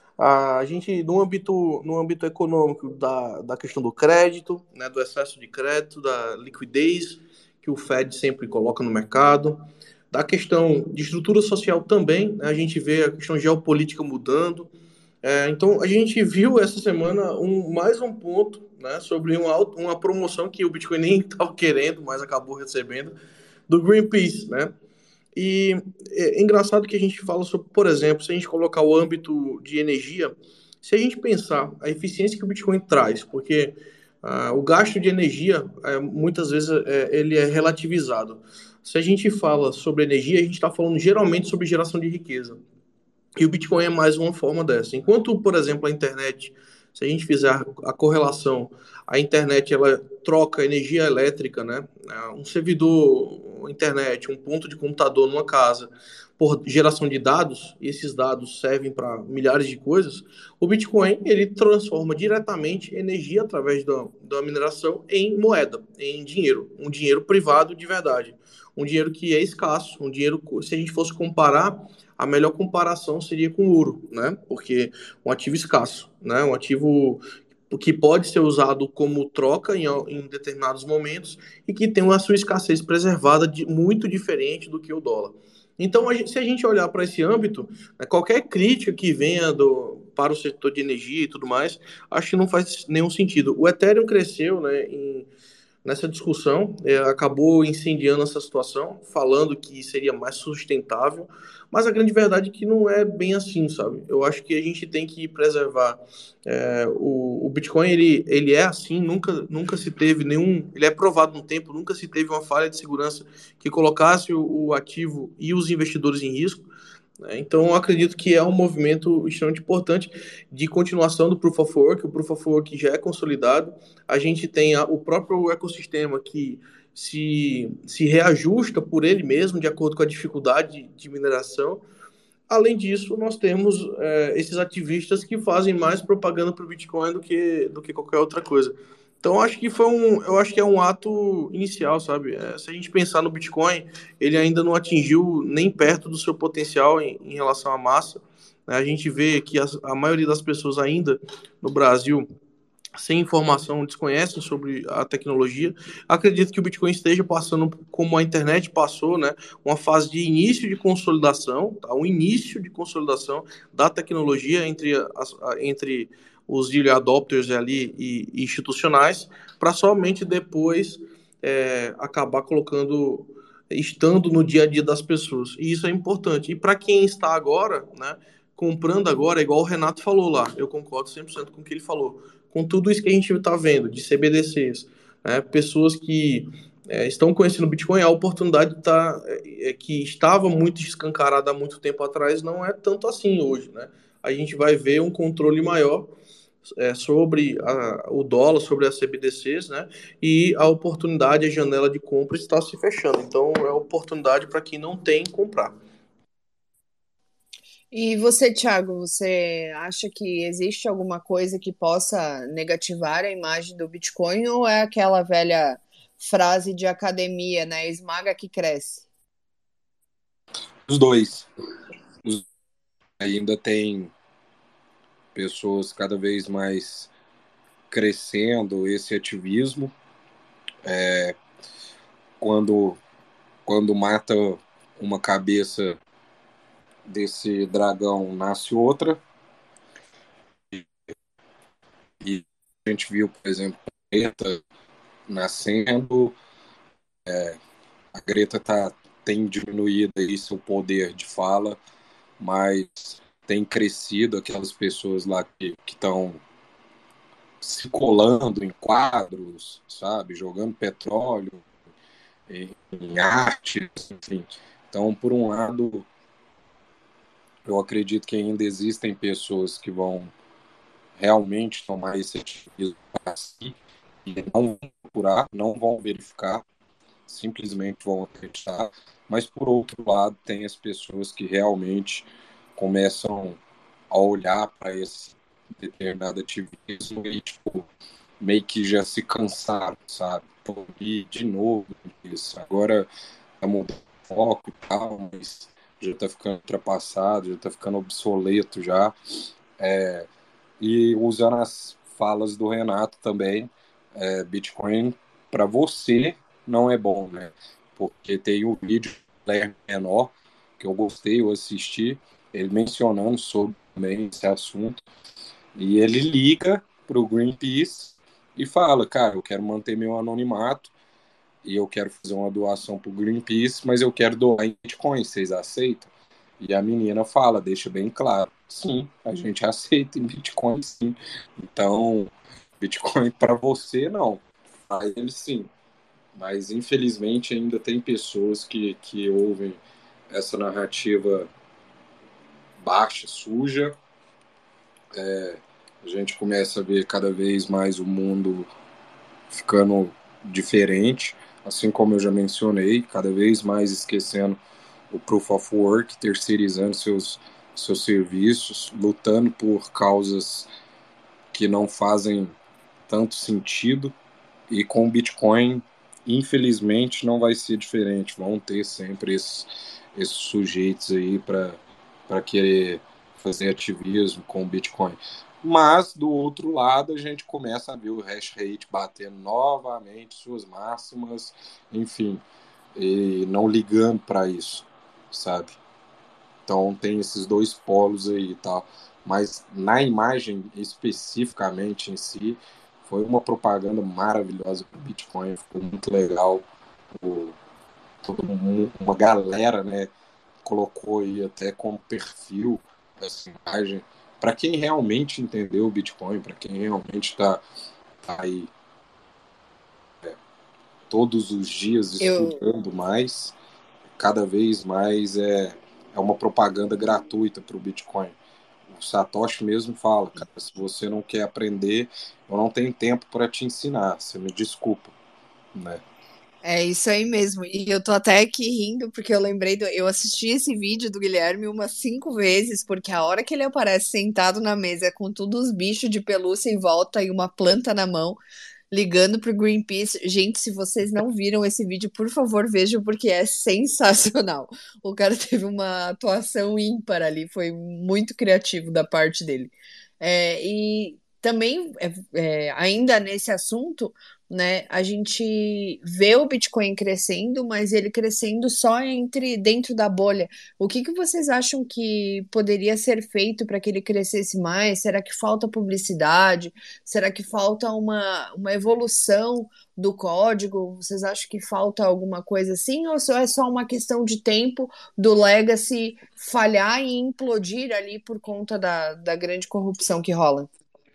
A gente, no âmbito, no âmbito econômico, da, da questão do crédito, né, do excesso de crédito, da liquidez que o Fed sempre coloca no mercado, da questão de estrutura social também, né, a gente vê a questão geopolítica mudando. É, então, a gente viu essa semana um, mais um ponto, né, sobre uma, uma promoção que o Bitcoin nem estava querendo, mas acabou recebendo, do Greenpeace, né? E é engraçado que a gente fala sobre, por exemplo, se a gente colocar o âmbito de energia, se a gente pensar a eficiência que o Bitcoin traz, porque ah, o gasto de energia, é, muitas vezes, é, ele é relativizado. Se a gente fala sobre energia, a gente está falando geralmente sobre geração de riqueza. E o Bitcoin é mais uma forma dessa. Enquanto, por exemplo, a internet, se a gente fizer a correlação, a internet ela troca energia elétrica, né? Um servidor, uma internet, um ponto de computador numa casa, por geração de dados, e esses dados servem para milhares de coisas. O Bitcoin ele transforma diretamente energia através da, da mineração em moeda, em dinheiro, um dinheiro privado de verdade, um dinheiro que é escasso, um dinheiro, se a gente fosse comparar, a melhor comparação seria com o ouro, né? Porque um ativo escasso, né? Um ativo que pode ser usado como troca em, em determinados momentos e que tem a sua escassez preservada de, muito diferente do que o dólar. Então, a gente, se a gente olhar para esse âmbito, né, qualquer crítica que venha do, para o setor de energia e tudo mais, acho que não faz nenhum sentido. O Ethereum cresceu, né, em, nessa discussão, é, acabou incendiando essa situação, falando que seria mais sustentável, mas a grande verdade é que não é bem assim, sabe? Eu acho que a gente tem que preservar é, o, o Bitcoin, ele, ele é assim, nunca, nunca se teve nenhum, ele é provado no tempo, nunca se teve uma falha de segurança que colocasse o, o ativo e os investidores em risco. Então, eu acredito que é um movimento extremamente importante de continuação do Proof of Work. O Proof of Work já é consolidado. A gente tem a, o próprio ecossistema que se, se reajusta por ele mesmo, de acordo com a dificuldade de mineração. Além disso, nós temos é, esses ativistas que fazem mais propaganda para o Bitcoin do que, do que qualquer outra coisa. Então, acho que foi um, eu acho que é um ato inicial, sabe? É, se a gente pensar no Bitcoin, ele ainda não atingiu nem perto do seu potencial em, em relação à massa. Né? A gente vê que as, a maioria das pessoas ainda no Brasil sem informação, desconhecem sobre a tecnologia. Acredito que o Bitcoin esteja passando, como a internet passou, né, uma fase de início de consolidação, tá? Um início de consolidação da tecnologia entre, as, entre os early adopters ali e, e institucionais, para somente depois é, acabar colocando, estando no dia a dia das pessoas. E isso é importante. E para quem está agora, né, comprando agora, igual o Renato falou lá, eu concordo cem por cento com o que ele falou, com tudo isso que a gente está vendo de C B D Cs, né, pessoas que é, estão conhecendo o Bitcoin, a oportunidade tá, é, que estava muito escancarada há muito tempo atrás não é tanto assim hoje. Né? A gente vai ver um controle maior é, sobre a, o dólar, sobre as C B D Cs, né? E a oportunidade, a janela de compra está se fechando. Então, é oportunidade para quem não tem comprar. E você, Thiago, você acha que existe alguma coisa que possa negativar a imagem do Bitcoin ou é aquela velha frase de academia, né? Esmaga que cresce? Os dois. Os... Ainda tem pessoas cada vez mais crescendo esse ativismo. É, quando, quando mata uma cabeça desse dragão, nasce outra. E a gente viu, por exemplo, a Greta nascendo. É, a Greta tá, tem diminuído aí seu poder de fala, mas tem crescido aquelas pessoas lá que estão se colando em quadros, sabe, jogando petróleo em, em arte, enfim. Então, por um lado, eu acredito que ainda existem pessoas que vão realmente tomar esse ativismo para si e não vão procurar, não vão verificar, simplesmente vão acreditar. Mas, por outro lado, tem as pessoas que realmente começam a olhar para esse determinado ativismo e, tipo, meio que já se cansaram, sabe? Pô, e de novo isso. Agora tá mudando o foco e tal, mas já tá ficando ultrapassado, já tá ficando obsoleto já. É, e usando as falas do Renato também, é, Bitcoin para você não é bom, né? Porque tem um vídeo menor que eu gostei, eu assisti, ele mencionando sobre também esse assunto, e ele liga para o Greenpeace e fala, cara, eu quero manter meu anonimato e eu quero fazer uma doação para o Greenpeace, mas eu quero doar em Bitcoin, vocês aceitam? E a menina fala, deixa bem claro, sim, a gente aceita em Bitcoin, sim. Então, Bitcoin para você, não. Para ele, sim. Mas, infelizmente, ainda tem pessoas que, que ouvem essa narrativa baixa, suja. É, a gente começa a ver cada vez mais o mundo ficando diferente, assim como eu já mencionei, cada vez mais esquecendo o Proof of Work, terceirizando seus, seus serviços, lutando por causas que não fazem tanto sentido. E com o Bitcoin, infelizmente, não vai ser diferente. Vão ter sempre esses, esses sujeitos aí para querer fazer ativismo com o Bitcoin. Mas, do outro lado, a gente começa a ver o hash rate batendo novamente suas máximas, enfim, e não ligando para isso, sabe? Então, tem esses dois polos aí e tal. Mas, na imagem especificamente em si, foi uma propaganda maravilhosa para o Bitcoin, ficou muito legal. O, todo mundo, uma galera, né, colocou aí até como perfil essa imagem. Para quem realmente entendeu o Bitcoin, para quem realmente está tá aí é, todos os dias Eu, estudando mais, cada vez mais é, é uma propaganda gratuita para o Bitcoin. O Satoshi mesmo fala, cara, se você não quer aprender, eu não tenho tempo para te ensinar, você me desculpa, né? É isso aí mesmo. E eu tô até aqui rindo porque eu lembrei do, eu assisti esse vídeo do Guilherme umas cinco vezes, porque a hora que ele aparece sentado na mesa com todos os bichos de pelúcia em volta e uma planta na mão, ligando pro Greenpeace. Gente, se vocês não viram esse vídeo, por favor, vejam porque é sensacional. O cara teve uma atuação ímpar ali, foi muito criativo da parte dele. É, e também, é, é, ainda nesse assunto, né, a gente vê o Bitcoin crescendo, mas ele crescendo só entre dentro da bolha. O que que vocês acham que poderia ser feito para que ele crescesse mais? Será que falta publicidade? Será que falta uma, uma evolução do código? Vocês acham que falta alguma coisa assim? Ou só é só uma questão de tempo do Legacy falhar e implodir ali por conta da, da grande corrupção que rola?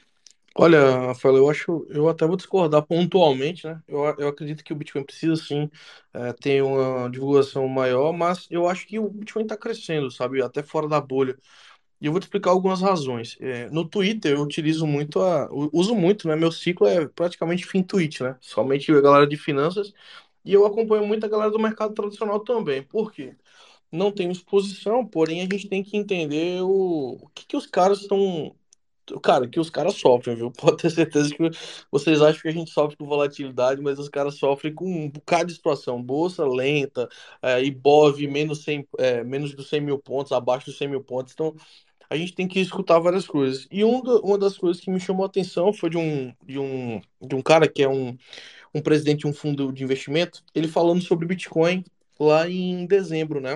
Olha, Rafael, eu acho, eu até vou discordar pontualmente, né? Eu, eu acredito que o Bitcoin precisa sim é, ter uma divulgação maior, mas eu acho que o Bitcoin está crescendo, sabe? Até fora da bolha. E eu vou te explicar algumas razões. É, no Twitter eu utilizo muito a, eu uso muito, né? Meu ciclo é praticamente fim tweet, né? Somente a galera de finanças e eu acompanho muito a galera do mercado tradicional também. Por quê? Não tenho exposição, porém a gente tem que entender o, o que que os caras estão. Cara, que os caras sofrem, viu? Pode ter certeza que vocês acham que a gente sofre com volatilidade, mas os caras sofrem com um bocado de situação. Bolsa lenta, é, Ibov menos, cem, é, menos dos cem mil pontos, abaixo dos cem mil pontos. Então, a gente tem que escutar várias coisas. E um da- uma das coisas que me chamou a atenção foi de um, de um, de um cara que é um, um presidente de um fundo de investimento, ele falando sobre Bitcoin lá em dezembro, né?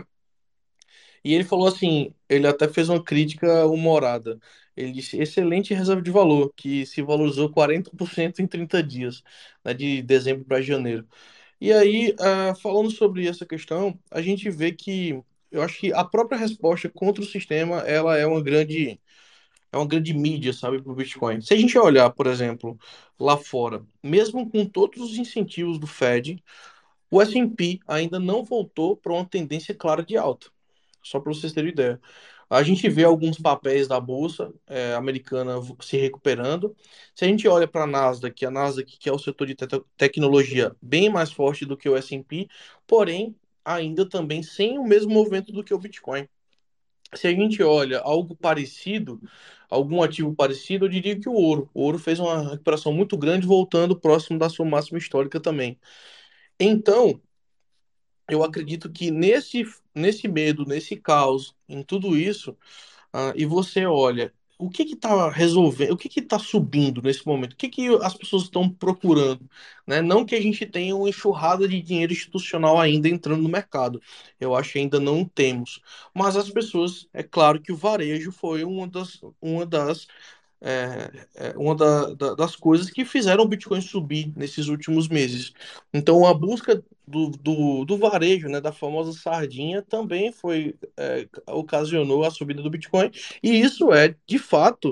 E ele falou assim, ele até fez uma crítica humorada. Ele disse, excelente reserva de valor, que se valorizou quarenta por cento em trinta dias, né, de dezembro para janeiro. E aí, ah, falando sobre essa questão, a gente vê que eu acho que a própria resposta contra o sistema, ela é uma grande, é uma grande mídia, sabe, para o Bitcoin. Se a gente olhar, por exemplo, lá fora, mesmo com todos os incentivos do Fed, o S e P ainda não voltou para uma tendência clara de alta. Só para vocês terem ideia. A gente vê alguns papéis da bolsa é, americana se recuperando. Se a gente olha para a Nasdaq, a Nasdaq, que é o setor de te tecnologia bem mais forte do que o S e P, porém, ainda também sem o mesmo movimento do que o Bitcoin. Se a gente olha algo parecido, algum ativo parecido, eu diria que o ouro. O ouro fez uma recuperação muito grande, voltando próximo da sua máxima histórica também. Então, eu acredito que nesse, nesse medo, nesse caos, em tudo isso, ah, e você olha, o que que está resolvendo, o que que está subindo nesse momento? O que que as pessoas estão procurando, né? Não que a gente tenha uma enxurrada de dinheiro institucional ainda entrando no mercado. Eu acho que ainda não temos. Mas as pessoas, é claro que o varejo foi uma das, uma das é, é uma da- da- das coisas que fizeram o Bitcoin subir nesses últimos meses. Então, a busca do, do, do varejo, né, da famosa sardinha, também foi é, ocasionou a subida do Bitcoin. E isso é, de fato,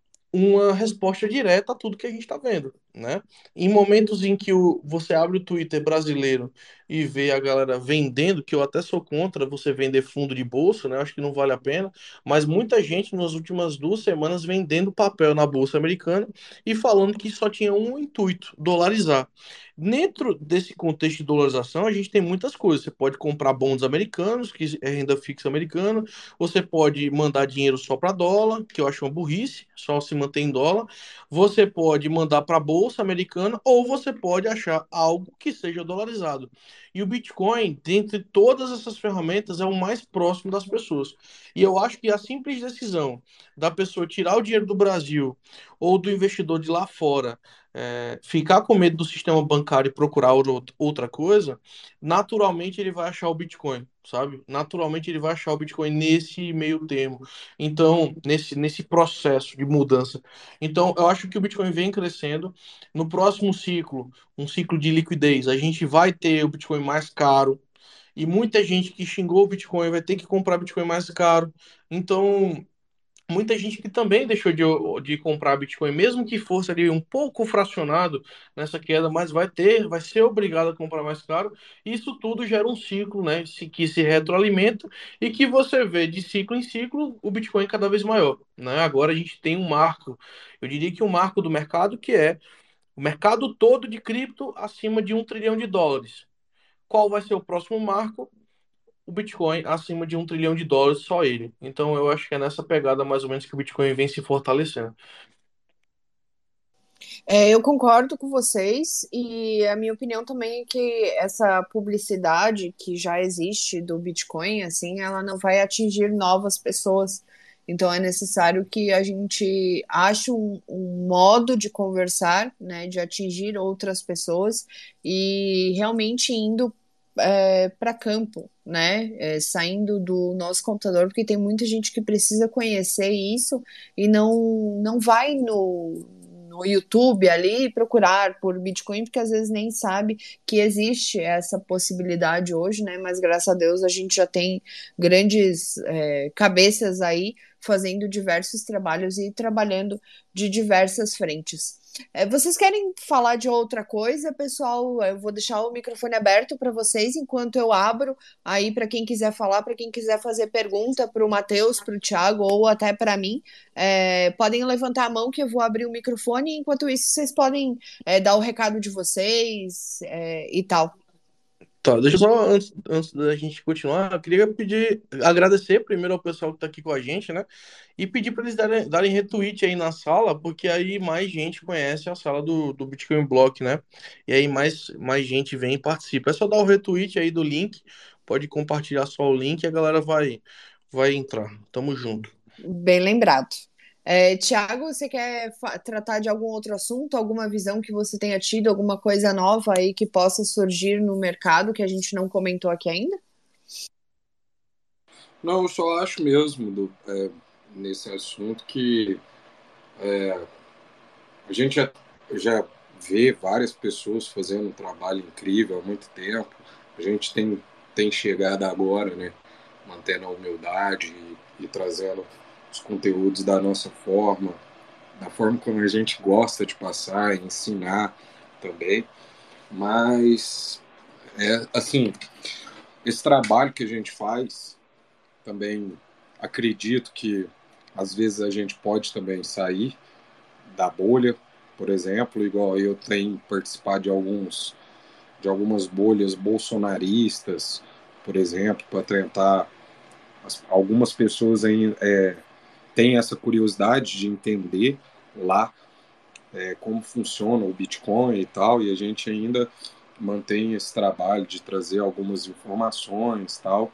uma resposta direta a tudo que a gente está vendo, né? Em momentos em que o, você abre o Twitter brasileiro e vê a galera vendendo, que eu até sou contra você vender fundo de bolsa, né? Acho que não vale a pena, mas muita gente nas últimas duas semanas vendendo papel na bolsa americana e falando que só tinha um intuito, dolarizar. Dentro desse contexto de dolarização, a gente tem muitas coisas. Você pode comprar bons americanos, que é renda fixa americana, você pode mandar dinheiro só para dólar, que eu acho uma burrice, só se mantém em dólar. Você pode mandar para a bolsa americana ou você pode achar algo que seja dolarizado. E o Bitcoin, dentre todas essas ferramentas, é o mais próximo das pessoas. E eu acho que a simples decisão da pessoa tirar o dinheiro do Brasil ou do investidor de lá fora, é, ficar com medo do sistema bancário e procurar outra coisa, naturalmente ele vai achar o Bitcoin, sabe? Naturalmente ele vai achar o Bitcoin nesse meio termo. Então, nesse, nesse processo de mudança. Então, eu acho que o Bitcoin vem crescendo. No próximo ciclo, um ciclo de liquidez, a gente vai ter o Bitcoin mais caro. E muita gente que xingou o Bitcoin vai ter que comprar Bitcoin mais caro. Então, muita gente que também deixou de, de comprar Bitcoin, mesmo que fosse ali um pouco fracionado nessa queda, mas vai ter, vai ser obrigado a comprar mais caro. Isso tudo gera um ciclo, né, se- que se retroalimenta e que você vê de ciclo em ciclo o Bitcoin cada vez maior, né? Agora a gente tem um marco, eu diria que um marco do mercado que é o mercado todo de cripto acima de um trilhão de dólares. Qual vai ser o próximo marco? O Bitcoin acima de um trilhão de dólares, só ele. Então eu acho que é nessa pegada mais ou menos que o Bitcoin vem se fortalecendo. É, eu concordo com vocês e a minha opinião também é que essa publicidade que já existe do Bitcoin, assim, ela não vai atingir novas pessoas. Então é necessário que a gente ache um, um modo de conversar, né, de atingir outras pessoas e realmente indo é, para campo, né, é, saindo do nosso computador, porque tem muita gente que precisa conhecer isso e não, não vai no no YouTube ali procurar por Bitcoin, porque às vezes nem sabe que existe essa possibilidade hoje, né? Mas graças a Deus a gente já tem grandes é, cabeças aí fazendo diversos trabalhos e trabalhando de diversas frentes. É, vocês querem falar de outra coisa, pessoal? Eu vou deixar o microfone aberto para vocês enquanto eu abro aí para quem quiser falar, para quem quiser fazer pergunta para o Matheus, para o Thiago ou até para mim. É, podem levantar a mão que eu vou abrir o microfone. Enquanto isso, vocês podem é, dar o recado de vocês é, e tal. Tá, deixa eu só, antes, antes da gente continuar, eu queria pedir, agradecer primeiro ao pessoal que tá aqui com a gente, né? E pedir para eles darem, darem retweet aí na sala, porque aí mais gente conhece a sala do, do Bitcoin Block, né? E aí mais, mais gente vem e participa. É só dar o retweet aí do link, pode compartilhar só o link e a galera vai, vai entrar. Tamo junto. Bem lembrado. É, Tiago, você quer tratar de algum outro assunto, alguma visão que você tenha tido, alguma coisa nova aí que possa surgir no mercado que a gente não comentou aqui ainda? Não, eu só acho mesmo do, é, nesse assunto que a gente já, já vê várias pessoas fazendo um trabalho incrível há muito tempo. A gente tem, tem chegado agora, né, mantendo a humildade e, e trazendo os conteúdos da nossa forma, da forma como a gente gosta de passar e ensinar também. Mas, é assim, esse trabalho que a gente faz também acredito que às vezes a gente pode também sair da bolha, por exemplo, igual eu tenho participado de alguns de algumas bolhas bolsonaristas, por exemplo, para tentar. As, algumas pessoas aí, é, têm essa curiosidade de entender lá é, como funciona o Bitcoin e tal, e a gente ainda mantém esse trabalho de trazer algumas informações e tal.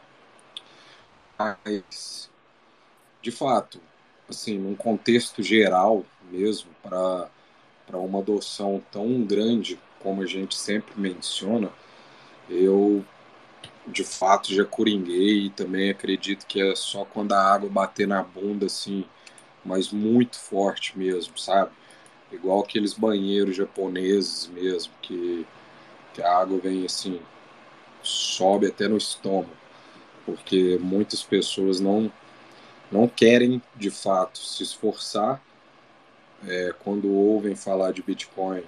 Mas, de fato, assim, num contexto geral mesmo, para para uma adoção tão grande como a gente sempre menciona, eu de fato já coringuei e também acredito que é só quando a água bater na bunda, assim, mas muito forte mesmo, sabe? Igual aqueles banheiros japoneses mesmo, que, que a água vem assim, sobe até no estômago, porque muitas pessoas não, não querem de fato se esforçar é, quando ouvem falar de Bitcoin.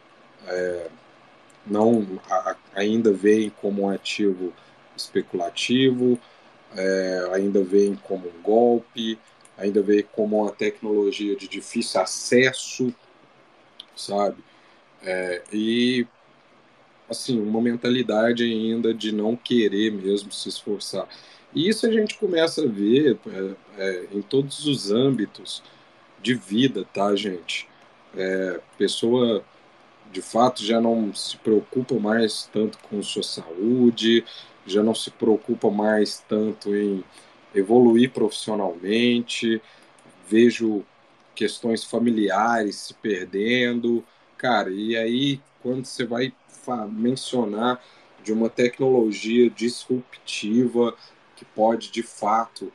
Não a, ainda veem como um ativo especulativo, é, ainda veem como um golpe, ainda veem como uma tecnologia de difícil acesso, sabe? É, e, assim, uma mentalidade ainda de não querer mesmo se esforçar. E isso a gente começa a ver é, é, em todos os âmbitos de vida, tá, gente? É, pessoa de fato já não se preocupa mais tanto com sua saúde, já não se preocupa mais tanto em evoluir profissionalmente, vejo questões familiares se perdendo, cara, e aí quando você vai mencionar de uma tecnologia disruptiva que pode de fato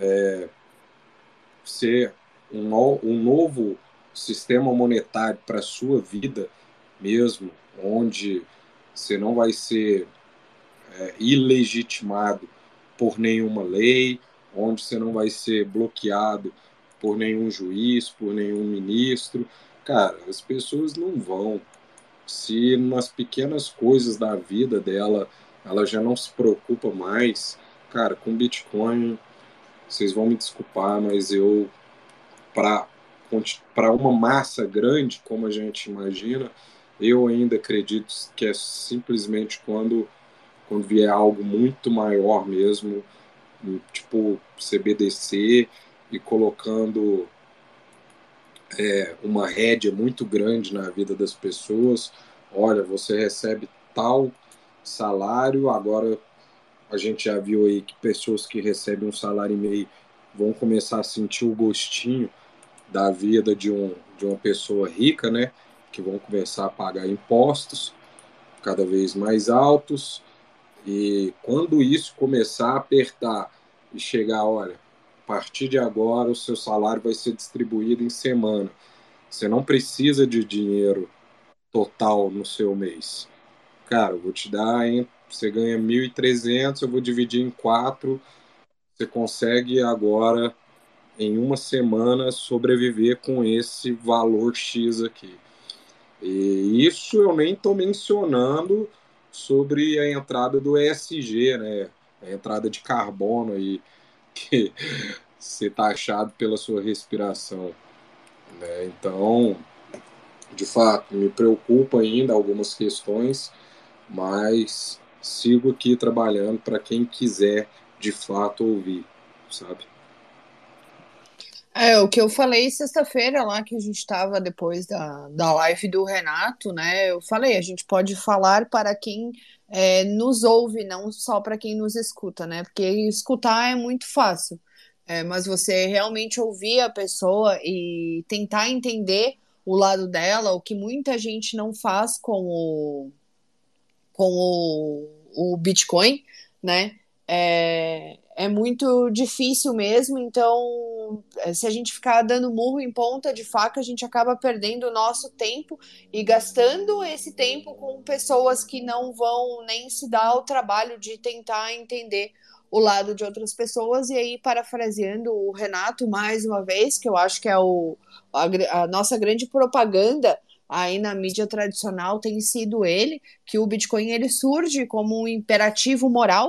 ser um, no, um novo sistema monetário para a sua vida mesmo, onde você não vai ser é, ilegitimado por nenhuma lei, onde você não vai ser bloqueado por nenhum juiz, por nenhum ministro. Cara, as pessoas não vão. Se nas pequenas coisas da vida dela ela já não se preocupa mais, cara, com Bitcoin, vocês vão me desculpar, mas eu, para para uma massa grande, como a gente imagina, eu ainda acredito que é simplesmente quando, quando vier algo muito maior mesmo, tipo C B D C, e colocando é, uma rédea muito grande na vida das pessoas. Olha, você recebe tal salário, agora a gente já viu aí que pessoas que recebem um salário e meio vão começar a sentir o gostinho da vida de, um, de uma pessoa rica, né? Que vão começar a pagar impostos cada vez mais altos. E quando isso começar a apertar e chegar, olha, a partir de agora o seu salário vai ser distribuído em semana. Você não precisa de dinheiro total no seu mês. Cara, eu vou te dar, hein? Você ganha mil e trezentos, eu vou dividir em quatro. Você consegue agora, em uma semana, sobreviver com esse valor X aqui. E isso eu nem estou mencionando sobre a entrada do E S G, né? A entrada de carbono aí, que você está achado pela sua respiração, né? Então, de fato, me preocupa ainda algumas questões, mas sigo aqui trabalhando para quem quiser de fato ouvir, sabe? É, o que eu falei sexta-feira lá que a gente estava depois da, da live do Renato, né? Eu falei, a gente pode falar para quem é, nos ouve, não só para quem nos escuta, né? Porque escutar é muito fácil, é, mas você realmente ouvir a pessoa e tentar entender o lado dela, o que muita gente não faz com o, com o, o Bitcoin, né? É, é muito difícil mesmo, então se a gente ficar dando murro em ponta de faca, a gente acaba perdendo o nosso tempo e gastando esse tempo com pessoas que não vão nem se dar o trabalho de tentar entender o lado de outras pessoas. E aí, parafraseando o Renato mais uma vez, que eu acho que é o, a, a nossa grande propaganda aí na mídia tradicional tem sido ele, que o Bitcoin ele surge como um imperativo moral,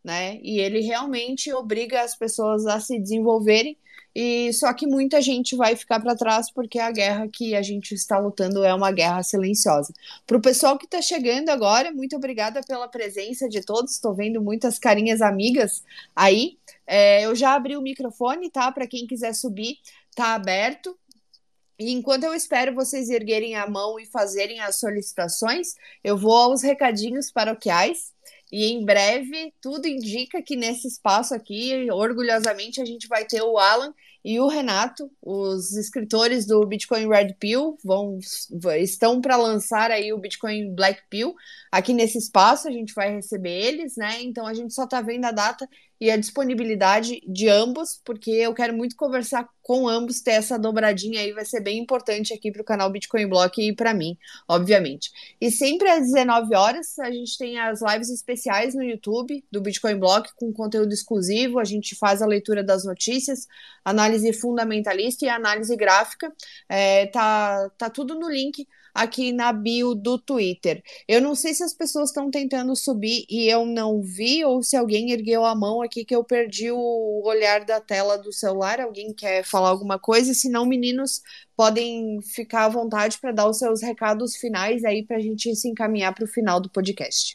né? E ele realmente obriga as pessoas a se desenvolverem, e só que muita gente vai ficar para trás porque a guerra que a gente está lutando é uma guerra silenciosa. Para o pessoal que está chegando agora, muito obrigada pela presença de todos. Estou vendo muitas carinhas amigas aí. É, eu já abri o microfone, tá? Para quem quiser subir, tá aberto. E enquanto eu espero vocês erguerem a mão e fazerem as solicitações, eu vou aos recadinhos paroquiais. E em breve, tudo indica que nesse espaço aqui, orgulhosamente, a gente vai ter o Alan e o Renato, os escritores do Bitcoin Red Pill, vão, estão para lançar aí o Bitcoin Black Pill. Aqui nesse espaço a gente vai receber eles, né? Então a gente só está vendo a data e a disponibilidade de ambos, porque eu quero muito conversar com ambos, ter essa dobradinha aí, vai ser bem importante aqui para o canal Bitcoin Block e para mim, obviamente. E sempre às dezenove horas a gente tem as lives especiais no YouTube do Bitcoin Block com conteúdo exclusivo, a gente faz a leitura das notícias, análise fundamentalista e análise gráfica, é, tá, tá tudo no link aqui na bio do Twitter. Eu não sei se as pessoas estão tentando subir e eu não vi, ou se alguém ergueu a mão aqui que eu perdi o olhar da tela do celular. Alguém quer falar alguma coisa? Se não, meninos, podem ficar à vontade para dar os seus recados finais aí para a gente se encaminhar para o final do podcast.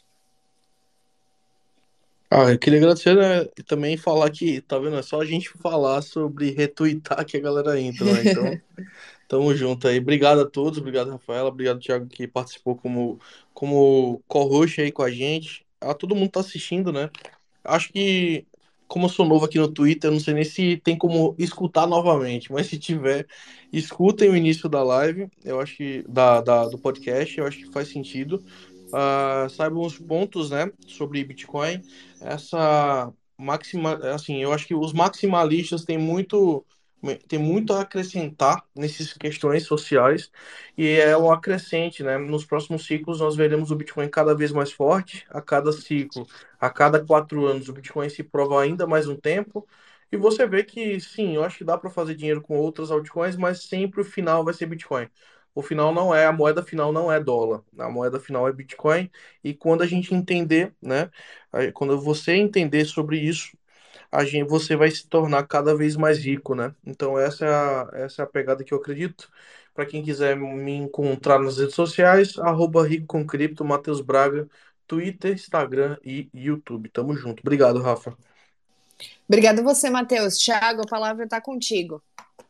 Ah, eu queria agradecer, né, e também falar que, tá vendo, é só a gente falar sobre retweetar que a galera entra, né, então tamo junto aí. Obrigado a todos, obrigado, Rafaela, obrigado, Thiago, que participou como, como co-host aí com a gente. A todo mundo tá assistindo, né? Acho que, como eu sou novo aqui no Twitter, eu não sei nem se tem como escutar novamente, mas se tiver, escutem o início da live, eu acho que, da, da- do podcast, eu acho que faz sentido. Ah, saibam os pontos, né, sobre Bitcoin. Essa máxima, assim, eu acho que os maximalistas têm muito, tem muito a acrescentar nessas questões sociais e é um acrescente, né? Nos próximos ciclos nós veremos o Bitcoin cada vez mais forte, a cada ciclo, a cada quatro anos o Bitcoin se prova ainda mais um tempo. E você vê que sim, eu acho que dá para fazer dinheiro com outras altcoins, mas sempre o final vai ser Bitcoin. O final não é, a moeda final não é dólar, a moeda final é Bitcoin. E quando a gente entender, né? aí, Quando você entender sobre isso, a gente, você vai se tornar cada vez mais rico, né? Então essa é a, essa é a pegada que eu acredito. Para quem quiser me encontrar nas redes sociais, arroba Rico com Cripto, Matheus Braga, Twitter, Instagram e YouTube. Tamo junto. Obrigado, Rafa. Obrigada a você, Matheus. Thiago, a palavra está contigo.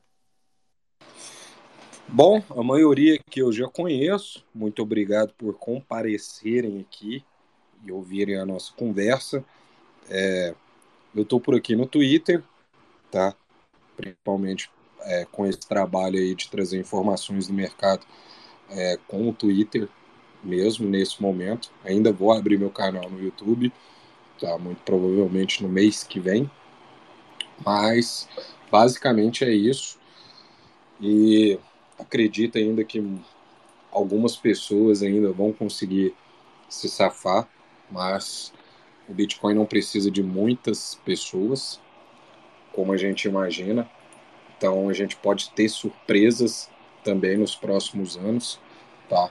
Bom, a maioria que eu já conheço, muito obrigado por comparecerem aqui e ouvirem a nossa conversa. É, eu estou por aqui no Twitter, tá? Principalmente é, com esse trabalho aí de trazer informações do mercado é, com o Twitter mesmo nesse momento. Ainda vou abrir meu canal no YouTube, tá? Muito provavelmente no mês que vem. Mas basicamente é isso. E acredito ainda que algumas pessoas ainda vão conseguir se safar, mas o Bitcoin não precisa de muitas pessoas, como a gente imagina. Então a gente pode ter surpresas também nos próximos anos, tá?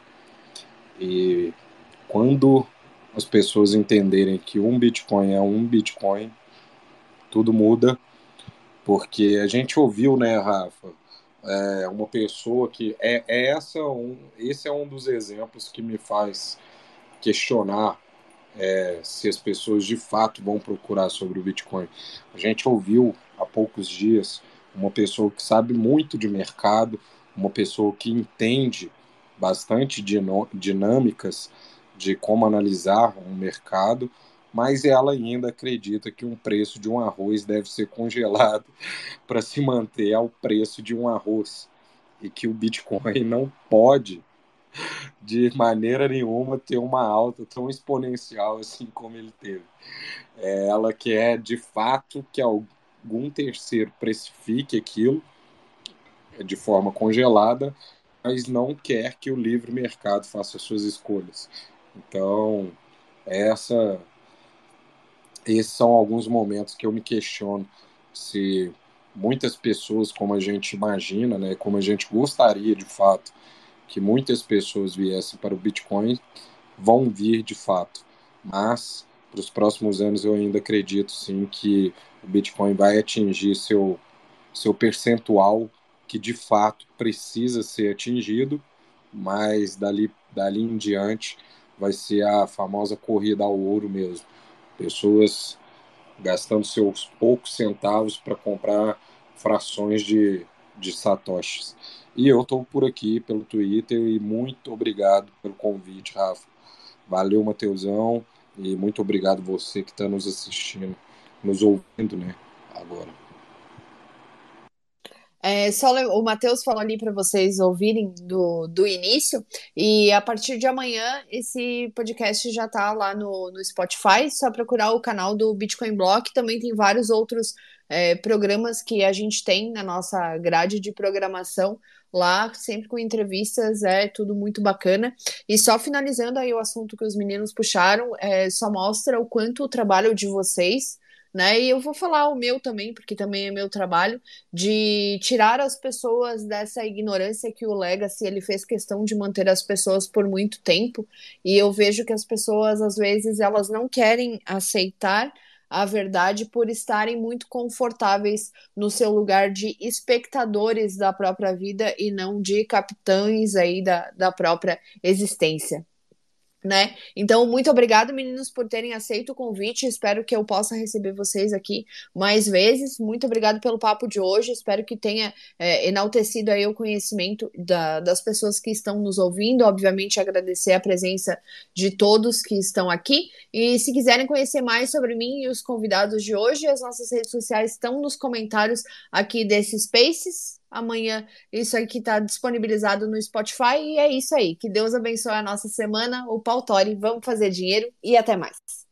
E quando as pessoas entenderem que um Bitcoin é um Bitcoin, tudo muda, porque a gente ouviu, né, Rafa, é uma pessoa que é, é essa um, esse é um dos exemplos que me faz questionar é, se as pessoas de fato vão procurar sobre o Bitcoin. A gente ouviu há poucos dias uma pessoa que sabe muito de mercado, uma pessoa que entende bastante dinâmicas de como analisar um mercado, mas ela ainda acredita que um preço de um arroz deve ser congelado para se manter ao preço de um arroz e que o Bitcoin não pode de maneira nenhuma ter uma alta tão exponencial assim como ele teve. É, ela quer de fato que algum terceiro precifique aquilo de forma congelada, mas não quer que o livre mercado faça suas escolhas. Então, essa, esses são alguns momentos que eu me questiono se muitas pessoas, como a gente imagina, né, como a gente gostaria de fato que muitas pessoas viessem para o Bitcoin, vão vir de fato. Mas para os próximos anos eu ainda acredito sim que o Bitcoin vai atingir seu, seu percentual que de fato precisa ser atingido, mas dali, dali em diante vai ser a famosa corrida ao ouro mesmo. Pessoas gastando seus poucos centavos para comprar frações de, de satoshis. E eu estou por aqui pelo Twitter e muito obrigado pelo convite, Rafa. Valeu, Mateusão, e muito obrigado você que está nos assistindo, nos ouvindo, né, agora. É, só o Matheus falou ali para vocês ouvirem do, do início, e a partir de amanhã esse podcast já está lá no, no Spotify, só procurar o canal do Bitcoin Block, também tem vários outros é, programas que a gente tem na nossa grade de programação lá, sempre com entrevistas, é tudo muito bacana. E só finalizando aí o assunto que os meninos puxaram, é, só mostra o quanto o trabalho de vocês, né? E eu vou falar o meu também, porque também é meu trabalho, de tirar as pessoas dessa ignorância que o Legacy ele fez questão de manter as pessoas por muito tempo. E eu vejo que as pessoas, às vezes, elas não querem aceitar a verdade por estarem muito confortáveis no seu lugar de espectadores da própria vida e não de capitães aí da, da própria existência. Né? Então, muito obrigado, meninos, por terem aceito o convite. Espero que eu possa receber vocês aqui mais vezes. Muito obrigado pelo papo de hoje. Espero que tenha é, enaltecido aí o conhecimento da, das pessoas que estão nos ouvindo. Obviamente, agradecer a presença de todos que estão aqui. E se quiserem conhecer mais sobre mim e os convidados de hoje, as nossas redes sociais estão nos comentários aqui desse Spaces. Amanhã isso aqui está disponibilizado no Spotify e é isso aí. Que Deus abençoe a nossa semana, o Pautori. Vamos fazer dinheiro e até mais.